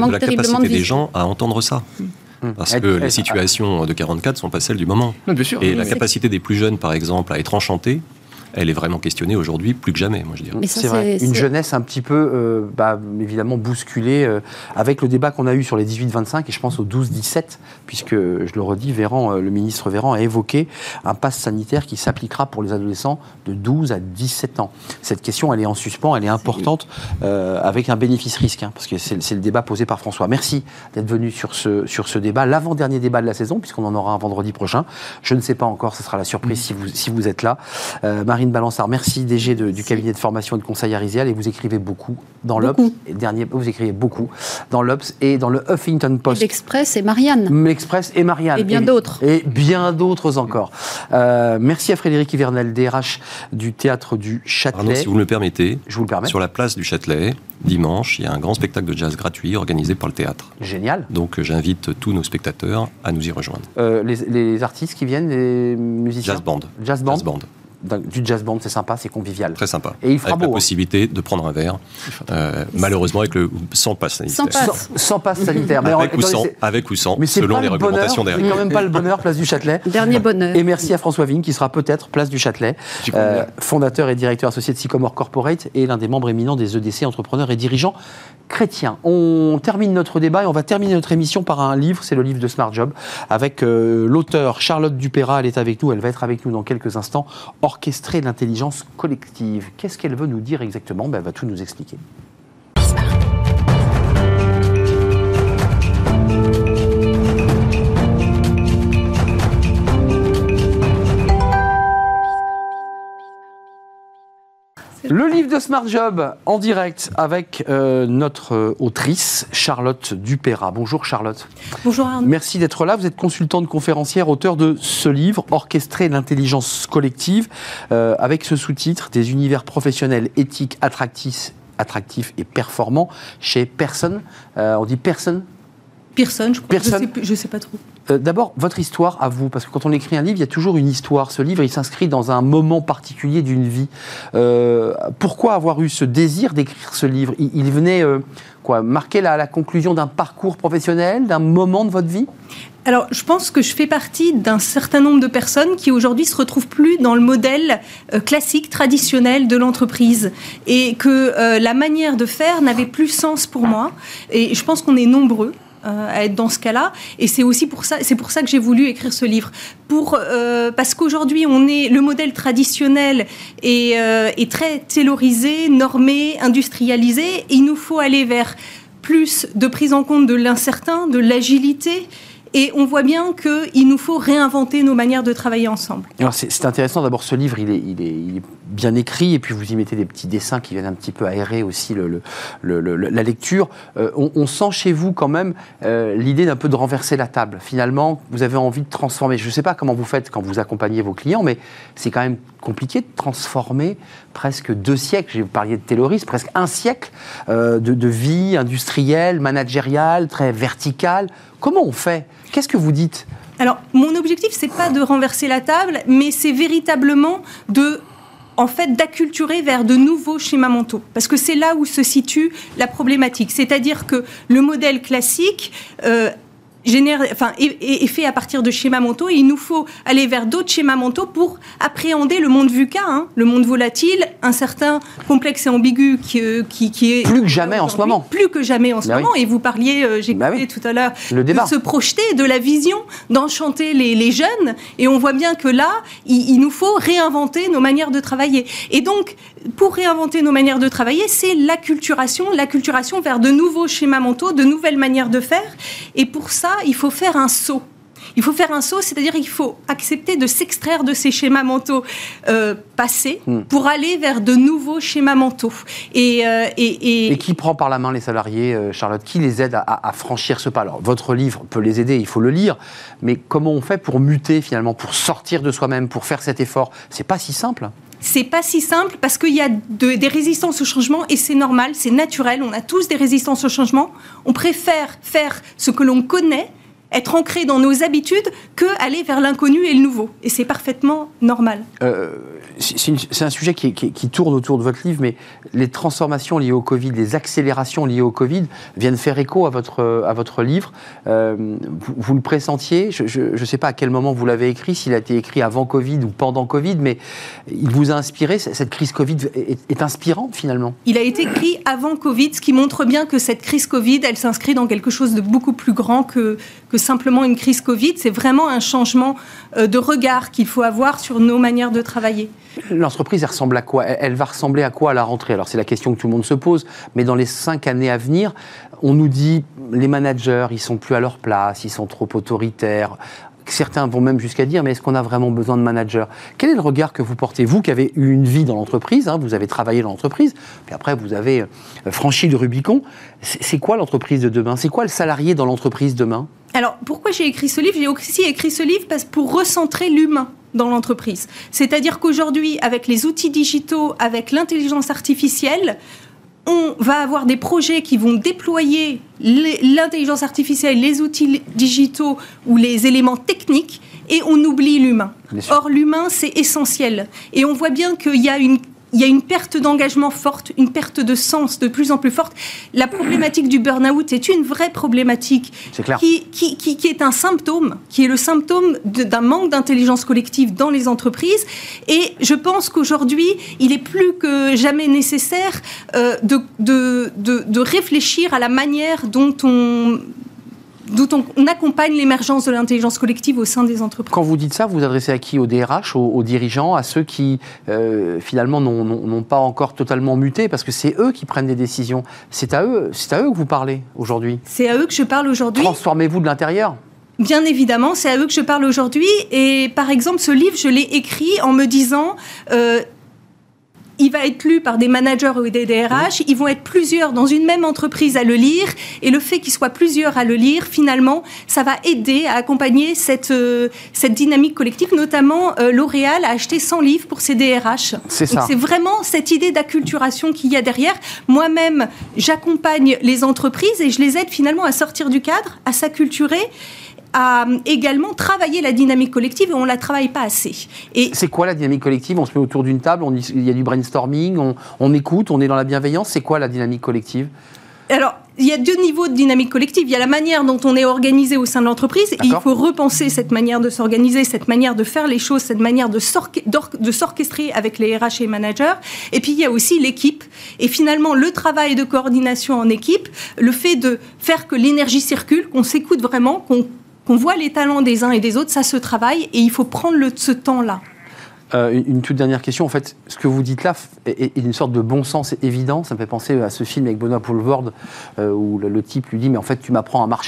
gens à entendre ça. Parce que les situations de 44 ne sont pas celles du moment. Non, bien sûr. Et la capacité des plus jeunes, par exemple, à être enchantés, elle est vraiment questionnée aujourd'hui plus que jamais, moi je dirais. C'est vrai, une jeunesse un petit peu, évidemment, bousculée avec le débat qu'on a eu sur les 18-25 et je pense aux 12-17, puisque, je le redis, le ministre Véran a évoqué un pass sanitaire qui s'appliquera pour les adolescents de 12 à 17 ans. Cette question, elle est en suspens, elle est importante, avec un bénéfice-risque, parce que c'est le débat posé par François. Merci d'être venu sur ce débat, l'avant-dernier débat de la saison, puisqu'on en aura un vendredi prochain. Je ne sais pas encore, ce sera la surprise si vous êtes là. Marine Balançard, merci, DG du cabinet de formation et de conseil à Rizial, et vous écrivez beaucoup dans l'Obs. Vous écrivez beaucoup dans l'Obs et dans le Huffington Post. L'Express et Marianne. L'Express et Marianne. Et bien d'autres. Et bien d'autres encore. Merci à Frédéric Hivernel, DRH du Théâtre du Châtelet. Pardon, si vous me le permettez, je vous le permets. Sur la place du Châtelet, dimanche, il y a un grand spectacle de jazz gratuit organisé par le théâtre. Génial. Donc j'invite tous nos spectateurs à nous y rejoindre. Les artistes qui viennent, les musiciens. Jazz band. Du jazz band, c'est sympa, c'est convivial. Très sympa. Et il fera avec beau. La possibilité de prendre un verre, malheureusement sans passe sanitaire. Sans passe sanitaire. Avec ou sans, selon les recommandations derrière. C'est quand même pas le bonheur, place du Châtelet. Dernier bonheur. Et merci à François Vigne, qui sera peut-être place du Châtelet, fondateur et directeur associé de Sycomore Corporate et l'un des membres éminents des EDC, entrepreneurs et dirigeants chrétiens. On termine notre débat et on va terminer notre émission par un livre, c'est le livre de Smart Job, avec l'auteur Charlotte Dupeyrat. Elle est avec nous, elle va être avec nous dans quelques instants. Orchestrer l'intelligence collective. Qu'est-ce qu'elle veut nous dire exactement ? Elle va tout nous expliquer. Le livre de Smart Job en direct avec notre autrice Charlotte Dupeyrat. Bonjour Charlotte. Bonjour Arnaud. Merci d'être là. Vous êtes consultante conférencière, auteure de ce livre, Orchestrer l'intelligence collective, avec ce sous-titre, des univers professionnels éthiques, attractifs et performants chez Pearson. On dit Pearson ? Pearson, je crois. Je sais pas trop. D'abord, votre histoire à vous, parce que quand on écrit un livre, il y a toujours une histoire. Ce livre, il s'inscrit dans un moment particulier d'une vie. Pourquoi avoir eu ce désir d'écrire ce livre ? Il venait marquer la conclusion d'un parcours professionnel, d'un moment de votre vie ? Alors, je pense que je fais partie d'un certain nombre de personnes qui aujourd'hui se retrouvent plus dans le modèle classique, traditionnel de l'entreprise, et que la manière de faire n'avait plus sens pour moi. Et je pense qu'on est nombreux à être dans ce cas-là, et c'est pour ça que j'ai voulu écrire ce livre, parce qu'aujourd'hui le modèle traditionnel est très taylorisé, normé, industrialisé. Il nous faut aller vers plus de prise en compte de l'incertain, de l'agilité. Et on voit bien qu'il nous faut réinventer nos manières de travailler ensemble. Alors c'est intéressant, d'abord ce livre, il est bien écrit, et puis vous y mettez des petits dessins qui viennent un petit peu aérer aussi la lecture. On sent chez vous quand même l'idée d'un peu de renverser la table. Finalement, vous avez envie de transformer. Je ne sais pas comment vous faites quand vous accompagnez vos clients, mais c'est quand même compliqué de transformer presque 2 siècles, vous parliez de taylorisme, presque 1 siècle de vie industrielle, managériale, très verticale. Comment on fait ? Qu'est-ce que vous dites ? Alors, mon objectif, c'est pas de renverser la table, mais c'est véritablement d'acculturer vers de nouveaux schémas mentaux. Parce que c'est là où se situe la problématique. C'est-à-dire que le modèle classique est fait à partir de schémas mentaux, et il nous faut aller vers d'autres schémas mentaux pour appréhender le monde VUCA, le monde volatile, incertain, complexe et ambigu qui est... Plus que jamais en ce moment. Plus que jamais en ce moment. Oui. Et vous parliez, j'écoutais tout à l'heure, de se projeter, de la vision, d'enchanter les jeunes. Et on voit bien que là, il nous faut réinventer nos manières de travailler. Et donc, pour réinventer nos manières de travailler, c'est l'acculturation vers de nouveaux schémas mentaux, de nouvelles manières de faire. Et pour ça, il faut faire un saut. C'est-à-dire qu'il faut accepter de s'extraire de ces schémas mentaux passés pour aller vers de nouveaux schémas mentaux. Et qui prend par la main les salariés, Charlotte ? Qui les aide à franchir ce pas ? Alors, votre livre peut les aider, il faut le lire, mais comment on fait pour muter finalement, pour sortir de soi-même, pour faire cet effort ? C'est pas si simple. C'est pas si simple, parce qu'il y a des résistances au changement, et c'est normal, c'est naturel, on a tous des résistances au changement. On préfère faire ce que l'on connaît être ancré dans nos habitudes que aller vers l'inconnu et le nouveau. Et c'est parfaitement normal. C'est un sujet qui tourne autour de votre livre, mais les transformations liées au Covid, les accélérations liées au Covid viennent faire écho à votre livre. Vous le pressentiez, je ne sais pas à quel moment vous l'avez écrit, s'il a été écrit avant Covid ou pendant Covid, mais il vous a inspiré, cette crise Covid est inspirante finalement. Il a été écrit avant Covid, ce qui montre bien que cette crise Covid, elle s'inscrit dans quelque chose de beaucoup plus grand que simplement une crise Covid. C'est vraiment un changement de regard qu'il faut avoir sur nos manières de travailler. L'entreprise, elle ressemble à quoi ? Elle va ressembler à quoi à la rentrée ? Alors, c'est la question que tout le monde se pose, mais dans les 5 années à venir, on nous dit les managers, ils sont plus à leur place, ils sont trop autoritaires. Certains vont même jusqu'à dire, mais est-ce qu'on a vraiment besoin de managers ? Quel est le regard que vous portez ? Vous qui avez eu une vie dans l'entreprise, vous avez travaillé dans l'entreprise, puis après vous avez franchi le Rubicon. C'est quoi l'entreprise de demain ? C'est quoi le salarié dans l'entreprise demain ? Alors, pourquoi j'ai écrit ce livre ? J'ai aussi écrit ce livre pour recentrer l'humain dans l'entreprise. C'est-à-dire qu'aujourd'hui, avec les outils digitaux, avec l'intelligence artificielle, on va avoir des projets qui vont déployer l'intelligence artificielle, les outils digitaux ou les éléments techniques, et on oublie l'humain. Or, l'humain, c'est essentiel. Et on voit bien qu'il y a une perte d'engagement forte, une perte de sens de plus en plus forte. La problématique du burn-out est une vraie problématique qui est un symptôme, qui est le symptôme d'un manque d'intelligence collective dans les entreprises. Et je pense qu'aujourd'hui, il est plus que jamais nécessaire de réfléchir à la manière dont on accompagne l'émergence de l'intelligence collective au sein des entreprises. Quand vous dites ça, vous vous adressez à qui ? Aux DRH, aux dirigeants, à ceux qui, finalement, n'ont pas encore totalement muté, parce que c'est eux qui prennent des décisions. C'est à eux que vous parlez aujourd'hui. C'est à eux que je parle aujourd'hui. Transformez-vous de l'intérieur. Bien évidemment, c'est à eux que je parle aujourd'hui. Et par exemple, ce livre, je l'ai écrit en me disant... il va être lu par des managers ou des DRH, ils vont être plusieurs dans une même entreprise à le lire, et le fait qu'ils soient plusieurs à le lire, finalement, ça va aider à accompagner cette dynamique collective, notamment L'Oréal a acheté 100 livres pour ses DRH. C'est ça. Donc c'est vraiment cette idée d'acculturation qu'il y a derrière. Moi-même, j'accompagne les entreprises et je les aide finalement à sortir du cadre, à s'acculturer, à également travailler la dynamique collective, et on ne la travaille pas assez. Et c'est quoi la dynamique collective ? On se met autour d'une table, il y a du brainstorming, on écoute, on est dans la bienveillance. C'est quoi la dynamique collective ? Alors, il y a 2 niveaux de dynamique collective. Il y a la manière dont on est organisé au sein de l'entreprise. Et il faut repenser cette manière de s'organiser, cette manière de faire les choses, cette manière de s'orchestrer avec les RH et les managers. Et puis, il y a aussi l'équipe. Et finalement, le travail de coordination en équipe, le fait de faire que l'énergie circule, qu'on s'écoute vraiment, qu'on voit les talents des uns et des autres, ça se travaille, et il faut prendre ce temps-là. Une toute dernière question. En fait, ce que vous dites là est une sorte de bon sens évident. Ça me fait penser à ce film avec Benoît Poelvoorde où le type lui dit « mais en fait, tu m'apprends à marcher ».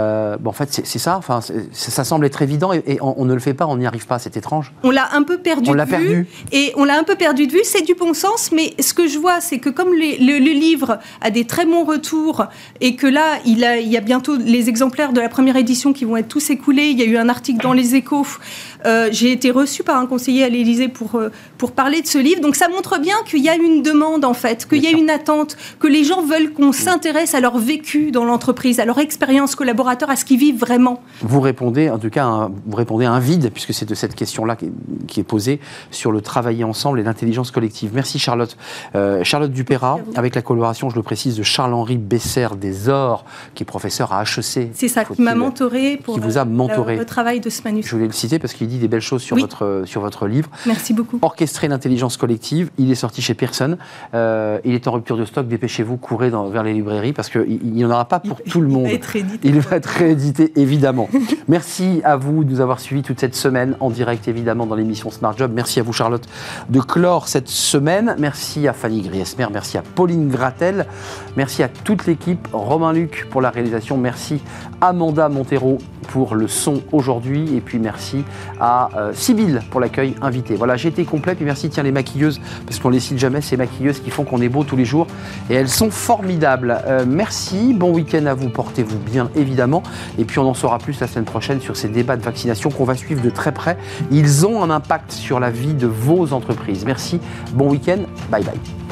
En fait, c'est ça. Enfin, ça semble être évident et on ne le fait pas, on n'y arrive pas. C'est étrange. On l'a un peu perdu de vue. Et on l'a un peu perdu de vue. C'est du bon sens, mais ce que je vois, c'est que comme le livre a des très bons retours et que là, il y a bientôt les exemplaires de la première édition qui vont être tous écoulés. Il y a eu un article dans Les Échos. J'ai été reçue par un conseiller à l'Élysée pour parler de ce livre. Donc ça montre bien qu'il y a une demande, en fait, qu'il y a une attente, que les gens veulent qu'on s'intéresse à leur vécu dans l'entreprise, à leur expérience collaborateur, à ce qu'ils vivent vraiment. Vous répondez, en tout cas, vous répondez à un vide, puisque c'est de cette question-là qui est posée sur le travailler ensemble et l'intelligence collective. Merci Charlotte. Charlotte Dupeyrat, avec la collaboration, je le précise, de Charles-Henri Besser des Ors, qui est professeur à HEC. C'est ça, qui m'a mentoré pour le travail de ce manuscrit. Je voulais le citer parce qu'il dit des belles choses sur votre livre. Merci beaucoup. Orchestrer l'intelligence collective, il est sorti chez Pearson. Il est en rupture de stock, dépêchez-vous, courez vers les librairies parce qu'il n'y en aura pas pour tout le monde. Il va être réédité, évidemment. Merci à vous de nous avoir suivis toute cette semaine, en direct évidemment dans l'émission Smart Job. Merci à vous Charlotte de clore cette semaine. Merci à Fanny Griesmer, merci à Pauline Gratel, merci à toute l'équipe, Romain Luc pour la réalisation, merci Amanda Montero pour le son aujourd'hui et puis merci à Sybille pour l'accueil invité. Voilà, j'ai été complet, puis merci les maquilleuses, parce qu'on les cite jamais, ces maquilleuses qui font qu'on est beau tous les jours, et elles sont formidables. Merci, bon week-end à vous, portez-vous bien évidemment, et puis on en saura plus la semaine prochaine sur ces débats de vaccination qu'on va suivre de très près. Ils ont un impact sur la vie de vos entreprises. Merci, bon week-end, bye bye.